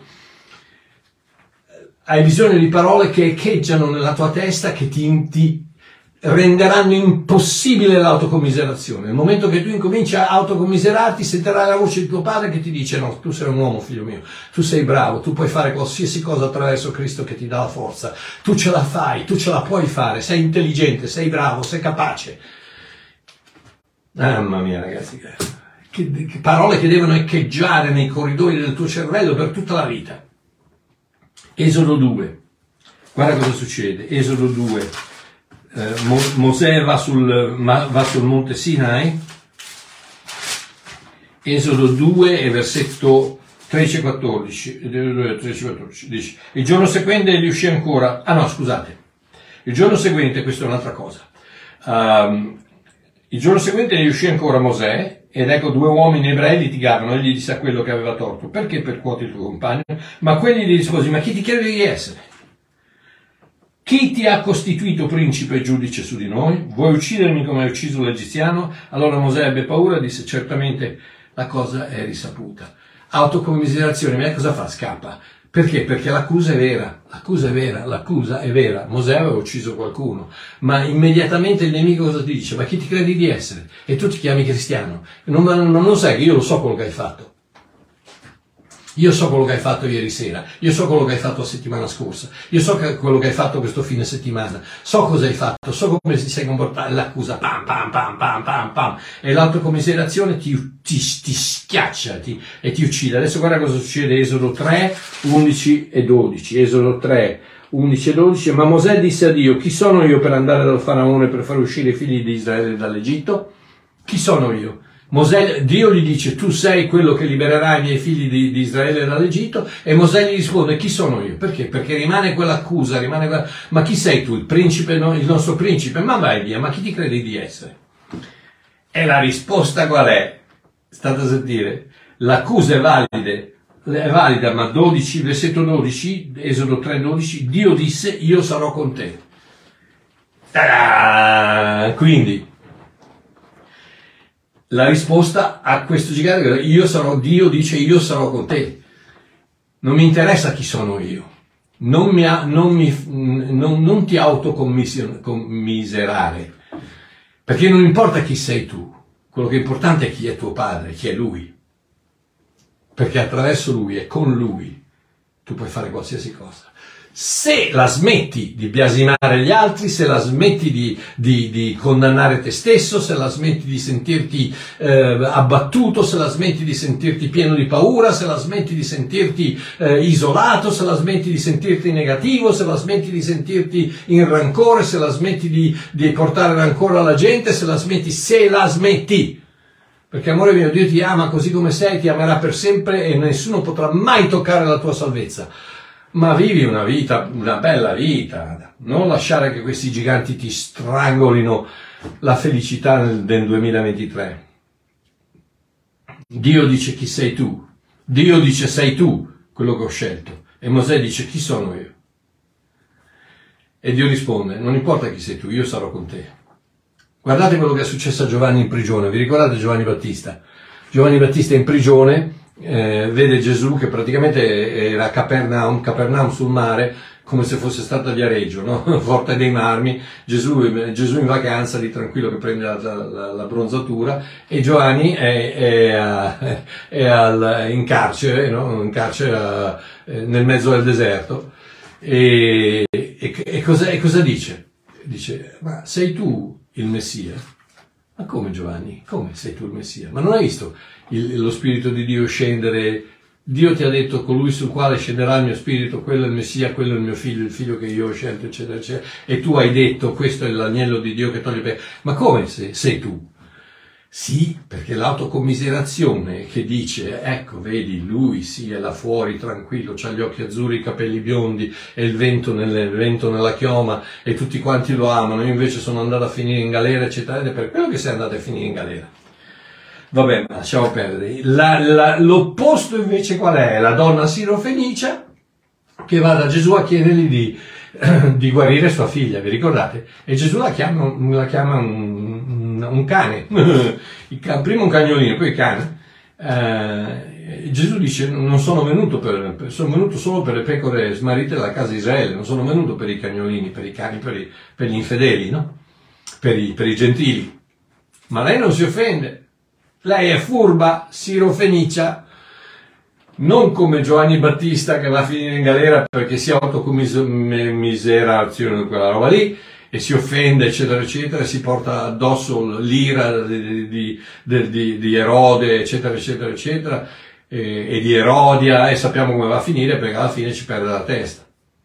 hai bisogno di parole che echeggiano nella tua testa, che ti, ti renderanno impossibile l'autocommiserazione. Nel momento che tu incominci a autocommiserarti, sentirai la voce di tuo padre che ti dice no, tu sei un uomo figlio mio, tu sei bravo, tu puoi fare qualsiasi cosa attraverso Cristo che ti dà la forza, tu ce la fai, tu ce la puoi fare, sei intelligente, sei bravo, sei capace. Mamma mia ragazzi, che, che parole che devono echeggiare nei corridoi del tuo cervello per tutta la vita. Esodo due, guarda cosa succede. Esodo due. Eh, Mo- Mosè va sul, ma, va sul monte Sinai, Esodo due e versetto tredici e quattordici, dice: il giorno seguente egli uscì ancora, ah no scusate, il giorno seguente, questa è un'altra cosa, um, il giorno seguente egli uscì ancora Mosè, ed ecco due uomini ebrei litigavano, egli disse a quello che aveva torto: perché percuoti il tuo compagno? Ma quelli gli rispose: ma chi ti credi di essere? Chi ti ha costituito principe e giudice su di noi? Vuoi uccidermi come hai ucciso l'egiziano? Allora Mosè ebbe paura e disse: certamente la cosa è risaputa. Autocommiserazione, ma cosa fa? Scappa. Perché? Perché l'accusa è vera, l'accusa è vera, l'accusa è vera. Mosè aveva ucciso qualcuno, ma immediatamente il nemico cosa ti dice? Ma chi ti credi di essere? E tu ti chiami cristiano. Non, non, non sai che io lo so quello che hai fatto. Io so quello che hai fatto ieri sera, io so quello che hai fatto la settimana scorsa, io so che, quello che hai fatto questo fine settimana, so cosa hai fatto, so come ti sei comportato, l'accusa pam pam pam pam pam pam, e l'autocommiserazione ti, ti, ti schiaccia ti, e ti uccide. Adesso guarda cosa succede, Esodo tre, undici e dodici, Esodo tre, undici e dodici, ma Mosè disse a Dio: chi sono io per andare dal faraone per far uscire i figli di Israele dall'Egitto? Chi sono io? Mosè, Dio gli dice: tu sei quello che libererà i miei figli di, di Israele dall'Egitto, e Mosè gli risponde: chi sono io? Perché? Perché rimane quell'accusa, rimane quella... ma chi sei tu? Il principe, no? Il nostro principe? Ma vai via, ma chi ti credi di essere? E la risposta qual è? State a sentire, l'accusa è valida, è valida, ma dodici, versetto dodici, Esodo tre dodici, Dio disse: io sarò con te. Ta-da! Quindi la risposta a questo gigante, io sarò, Dio dice: io sarò con te. Non mi interessa chi sono io. Non, mi, non, mi, non, non ti autocommiserare. Perché non importa chi sei tu. Quello che è importante è chi è tuo padre, chi è lui. Perché attraverso lui e con lui tu puoi fare qualsiasi cosa. Se la smetti di biasimare gli altri, se la smetti di, di, di condannare te stesso, se la smetti di sentirti eh, abbattuto, se la smetti di sentirti pieno di paura, se la smetti di sentirti eh, isolato, se la smetti di sentirti negativo, se la smetti di sentirti in rancore, se la smetti di, di portare rancore alla gente, se la smetti, se la smetti. Perché amore mio, Dio ti ama così come sei, ti amerà per sempre e nessuno potrà mai toccare la tua salvezza. Ma vivi una vita, una bella vita, non lasciare che questi giganti ti strangolino la felicità nel, nel duemilaventitré. Dio dice: chi sei tu? Dio dice: sei tu quello che ho scelto. E Mosè dice: chi sono io? E Dio risponde: non importa chi sei tu, io sarò con te. Guardate quello che è successo a Giovanni in prigione. Vi ricordate Giovanni Battista? Giovanni Battista è in prigione. Eh, vede Gesù che praticamente era a Capernaum, Capernaum sul mare, come se fosse stato a Viareggio, no? Forte dei Marmi, Gesù, Gesù in vacanza, lì tranquillo che prende la, la, la bronzatura, e Giovanni è, è, a, è al, in carcere, no? In carcere a, nel mezzo del deserto, e, e, e, cosa, e cosa dice? Dice: ma sei tu il Messia? Ma come, Giovanni? Come sei tu il Messia? Ma non hai visto il, lo Spirito di Dio scendere? Dio ti ha detto: colui sul quale scenderà il mio Spirito, quello è il Messia, quello è il mio figlio, il figlio che io ho scelto, eccetera, eccetera. E tu hai detto: questo è l'agnello di Dio che toglie per... Ma come sei, sei tu? Sì, perché l'autocommiserazione che dice: ecco, vedi, lui sì, è là fuori, tranquillo, c'ha gli occhi azzurri, i capelli biondi, e il vento, nelle, il vento nella chioma, e tutti quanti lo amano, io invece sono andato a finire in galera, eccetera, ed è per quello che sei andato a finire in galera. Vabbè, ma lasciamo perdere. La, la, l'opposto invece qual è? La donna sirofenicia che va da Gesù a chiedergli di, di guarire sua figlia, vi ricordate? E Gesù la chiama, la chiama un, un cane, prima un cagnolino, poi il cane. Eh, Gesù dice: non sono venuto per, sono venuto solo per le pecore smarrite della casa di Israele, non sono venuto per i cagnolini, per i cani, per, i, per gli infedeli, no? Per i, per i gentili. Ma lei non si offende. Lei è furba, sirofenicia, non come Giovanni Battista che va a finire in galera perché si autocommiserazione, quella roba lì, e si offende, eccetera, eccetera, e si porta addosso l'ira di, di, di, di Erode, eccetera, eccetera, eccetera, e, e di Erodia, e sappiamo come va a finire, perché alla fine ci perde la testa.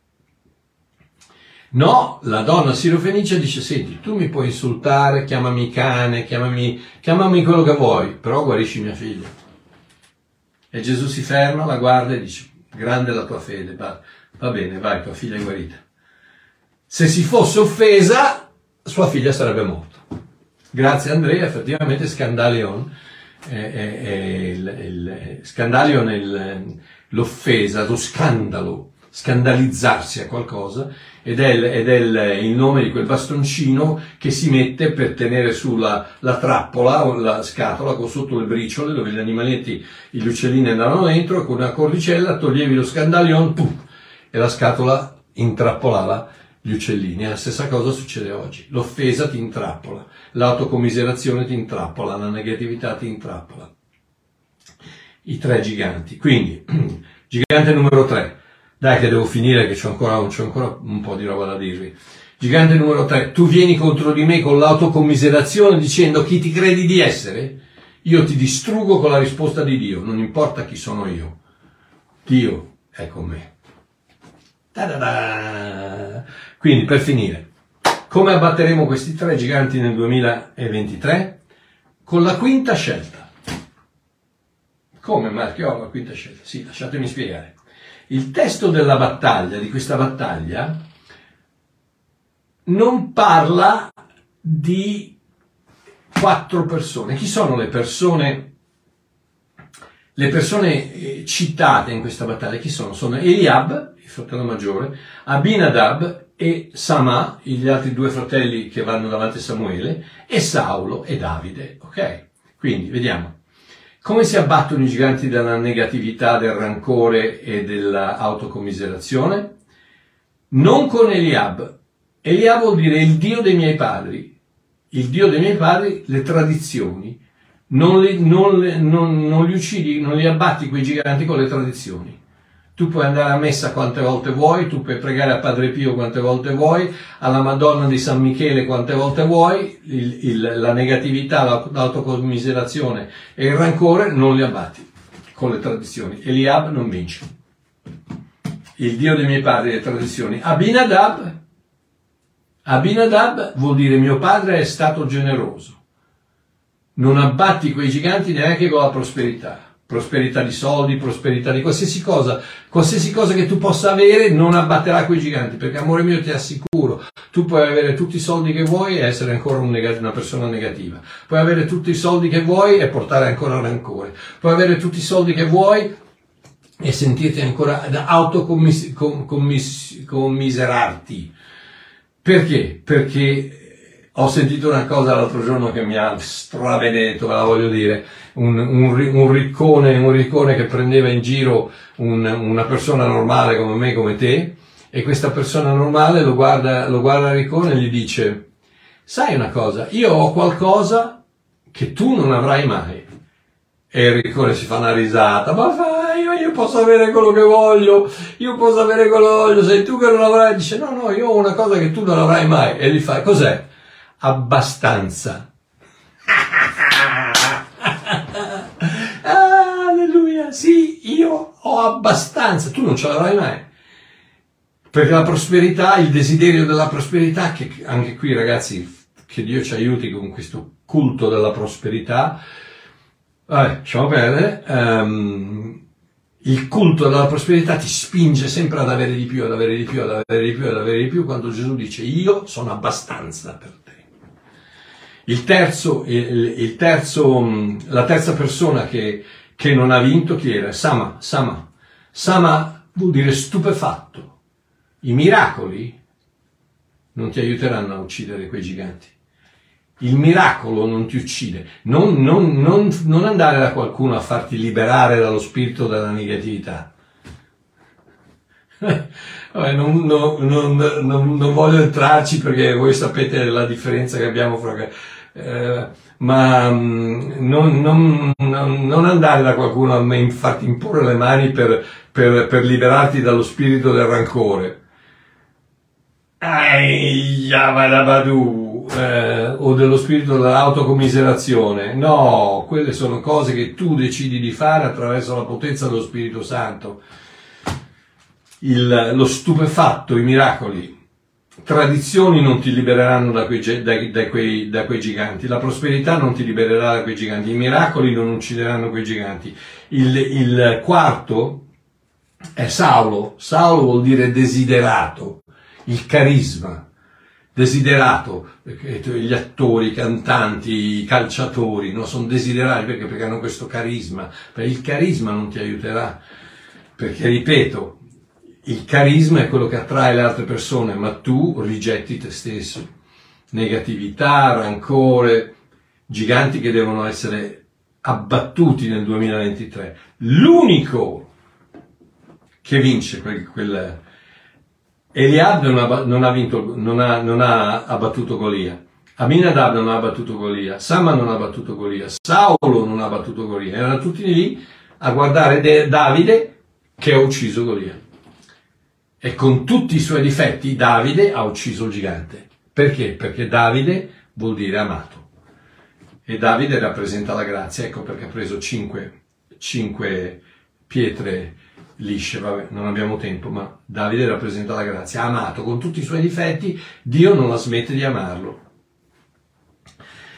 No, la donna sirofenicia dice: senti, tu mi puoi insultare, chiamami cane, chiamami, chiamami quello che vuoi, però guarisci mia figlia. E Gesù si ferma, la guarda e dice: grande la tua fede, va, va bene, vai, tua figlia è guarita. Se si fosse offesa, sua figlia sarebbe morta. Grazie Andrea, effettivamente Scandalion, è, è, è il, il, Scandalion è il, l'offesa, lo scandalo, scandalizzarsi a qualcosa, ed è, il, ed è il, il nome di quel bastoncino che si mette per tenere sulla la trappola o la scatola con sotto le briciole dove gli animaletti, gli uccellini andavano dentro, e con una cordicella toglievi lo scandalion, pum, e la scatola intrappolava gli uccellini. E la stessa cosa succede oggi. L'offesa ti intrappola, l'autocommiserazione ti intrappola, la negatività ti intrappola. I tre giganti. Quindi, gigante numero tre. Dai che devo finire, che c'ho ancora, c'ho ancora un po' di roba da dirvi. Gigante numero tre. Tu vieni contro di me con l'autocommiserazione dicendo: chi ti credi di essere? Io ti distruggo con la risposta di Dio. Non importa chi sono io. Dio è con me. Ta-da-da! Quindi, per finire, come abbatteremo questi tre giganti nel duemilaventitré? con la quinta scelta. Come Marchiò la quinta scelta? Sì, lasciatemi spiegare. Il testo della battaglia, di questa battaglia, non parla di quattro persone. Chi sono le persone? Le persone citate in questa battaglia, chi sono? Sono Eliab, il fratello maggiore, Abinadab e Sama, gli altri due fratelli che vanno davanti a Samuele, e Saulo e Davide. Ok? Quindi, vediamo. Come si abbattono i giganti dalla negatività, del rancore e dell'autocommiserazione? Non con Eliab. Eliab vuol dire il Dio dei miei padri. Il Dio dei miei padri, le tradizioni. Non li, non, non, non li uccidi, non li abbatti quei giganti con le tradizioni. Tu puoi andare a messa quante volte vuoi, tu puoi pregare a Padre Pio quante volte vuoi, alla Madonna di San Michele quante volte vuoi, il, il, la negatività, l'autocommiserazione e il rancore non li abbatti con le tradizioni. Eliab non vince. Il Dio dei miei padri e le tradizioni. Abinadab, Abinadab vuol dire mio padre è stato generoso. Non abbatti quei giganti neanche con la prosperità. Prosperità di soldi, prosperità di qualsiasi cosa, qualsiasi cosa che tu possa avere non abbatterà quei giganti, perché amore mio ti assicuro, tu puoi avere tutti i soldi che vuoi e essere ancora un neg- una persona negativa, puoi avere tutti i soldi che vuoi e portare ancora rancore, puoi avere tutti i soldi che vuoi e sentirti ancora ad autocommiserarti. Perché? Perché ho sentito una cosa l'altro giorno che mi ha straveneto, ve la voglio dire, un, un, un riccone, un riccone che prendeva in giro un, una persona normale come me, come te, e questa persona normale lo guarda, lo guarda il riccone e gli dice: sai una cosa, io ho qualcosa che tu non avrai mai. E il riccone si fa una risata: ma fai, io, io posso avere quello che voglio, io posso avere quello che voglio, sei tu che non avrai. Dice: no, no, io ho una cosa che tu non avrai mai. E gli fa: cos'è? Abbastanza. Alleluia, sì, io ho abbastanza, tu non ce l'avrai mai. Perché la prosperità, il desiderio della prosperità, che anche qui ragazzi, che Dio ci aiuti con questo culto della prosperità, vabbè, lasciamo perdere, um, il culto della prosperità ti spinge sempre ad avere di più, ad avere di più, ad avere di più, ad avere di più, quando Gesù dice: io sono abbastanza per te. Il terzo, il, il terzo, la terza persona che, che non ha vinto chi era? Sama, Sama. Sama vuol dire stupefatto. I miracoli non ti aiuteranno a uccidere quei giganti. Il miracolo non ti uccide. Non, non, non, non andare da qualcuno a farti liberare dallo spirito della negatività. Vabbè, non, non, non, non, non voglio entrarci perché voi sapete la differenza che abbiamo fra... Eh, ma non, non, non andare da qualcuno a farti imporre le mani per, per, per liberarti dallo spirito del rancore. Aiyabadabadu, eh, o dello spirito dell'autocommiserazione. No, quelle sono cose che tu decidi di fare attraverso la potenza dello Spirito Santo. Il, lo stupefatto, i miracoli, tradizioni non ti libereranno da quei, da, da, quei, da quei giganti, la prosperità non ti libererà da quei giganti, i miracoli non uccideranno quei giganti. Il, il quarto è Saulo. Saulo vuol dire desiderato, il carisma, desiderato, gli attori, i cantanti, i calciatori, no? Sono desiderati perché, perché hanno questo carisma, perché il carisma non ti aiuterà, perché ripeto, il carisma è quello che attrae le altre persone, ma tu rigetti te stesso. Negatività, rancore, giganti che devono essere abbattuti nel duemilaventitré. L'unico che vince quel, quel Eliab non ha, non ha vinto, non ha, non ha abbattuto Golia. Aminadab non ha abbattuto Golia. Sama non ha abbattuto Golia. Saulo non ha abbattuto Golia. Erano tutti lì a guardare De- Davide che ha ucciso Golia. E con tutti i suoi difetti Davide ha ucciso il gigante. Perché? Perché Davide vuol dire amato. E Davide rappresenta la grazia. Ecco perché ha preso cinque, cinque pietre lisce. Vabbè, non abbiamo tempo, ma Davide rappresenta la grazia. Amato con tutti i suoi difetti, Dio non la smette di amarlo.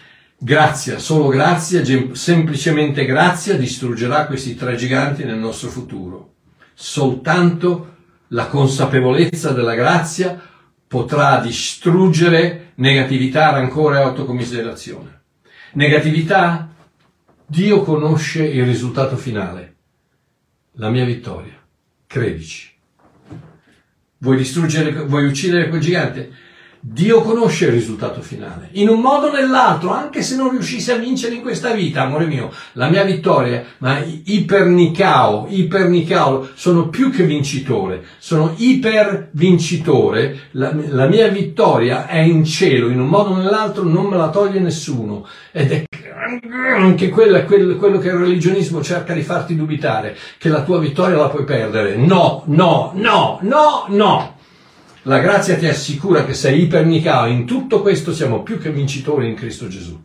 Grazia, solo grazia, semplicemente grazia distruggerà questi tre giganti nel nostro futuro. Soltanto la consapevolezza della grazia potrà distruggere negatività, rancore e autocommiserazione. Negatività, Dio conosce il risultato finale, la mia vittoria, credici. Vuoi distruggere, vuoi uccidere quel gigante? Dio conosce il risultato finale, in un modo o nell'altro, anche se non riuscissi a vincere in questa vita, amore mio, la mia vittoria, ma ipernicao, ipernicao, sono più che vincitore, sono ipervincitore, la, la mia vittoria è in cielo, in un modo o nell'altro non me la toglie nessuno, ed è anche quello, quello, quello che il religionismo cerca di farti dubitare, che la tua vittoria la puoi perdere. No, no, no, no, no! La grazia ti assicura che sei ipernicao, in tutto questo siamo più che vincitori in Cristo Gesù.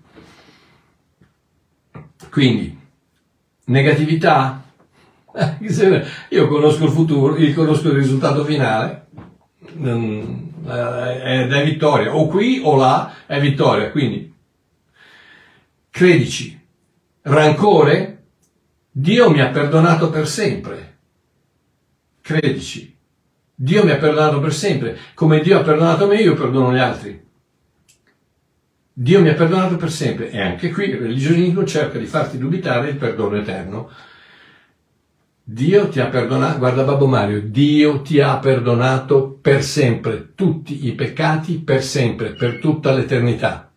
Quindi, negatività? Io conosco il futuro, io conosco il risultato finale, ed è vittoria, o qui o là è vittoria, quindi credici. Rancore? Dio mi ha perdonato per sempre. Credici. Dio mi ha perdonato per sempre, come Dio ha perdonato me, io perdono gli altri. Dio mi ha perdonato per sempre, e anche qui il religionismo cerca di farti dubitare il perdono eterno. Dio ti ha perdonato, guarda Babbo Mario, Dio ti ha perdonato per sempre, tutti i peccati per sempre, per tutta l'eternità.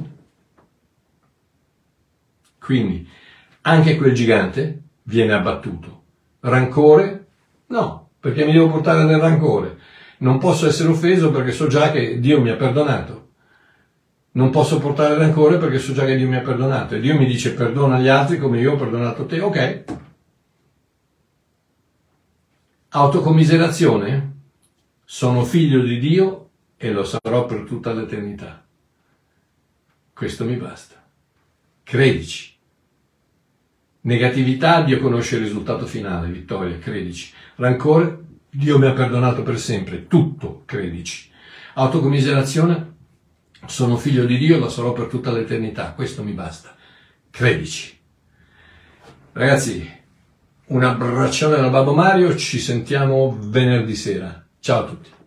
Quindi, anche quel gigante viene abbattuto. Rancore? No. Perché mi devo portare nel rancore. Non posso essere offeso perché so già che Dio mi ha perdonato. Non posso portare rancore perché so già che Dio mi ha perdonato. E Dio mi dice perdona gli altri come io ho perdonato te. Ok. Autocommiserazione? Sono figlio di Dio e lo sarò per tutta l'eternità. Questo mi basta. Credici. Negatività, Dio conosce il risultato finale, vittoria, credici. Rancore, Dio mi ha perdonato per sempre, tutto, credici. Autocommiserazione, sono figlio di Dio, lo sarò per tutta l'eternità, questo mi basta, credici. Ragazzi, un abbraccione da Babbo Mario, ci sentiamo venerdì sera. Ciao a tutti.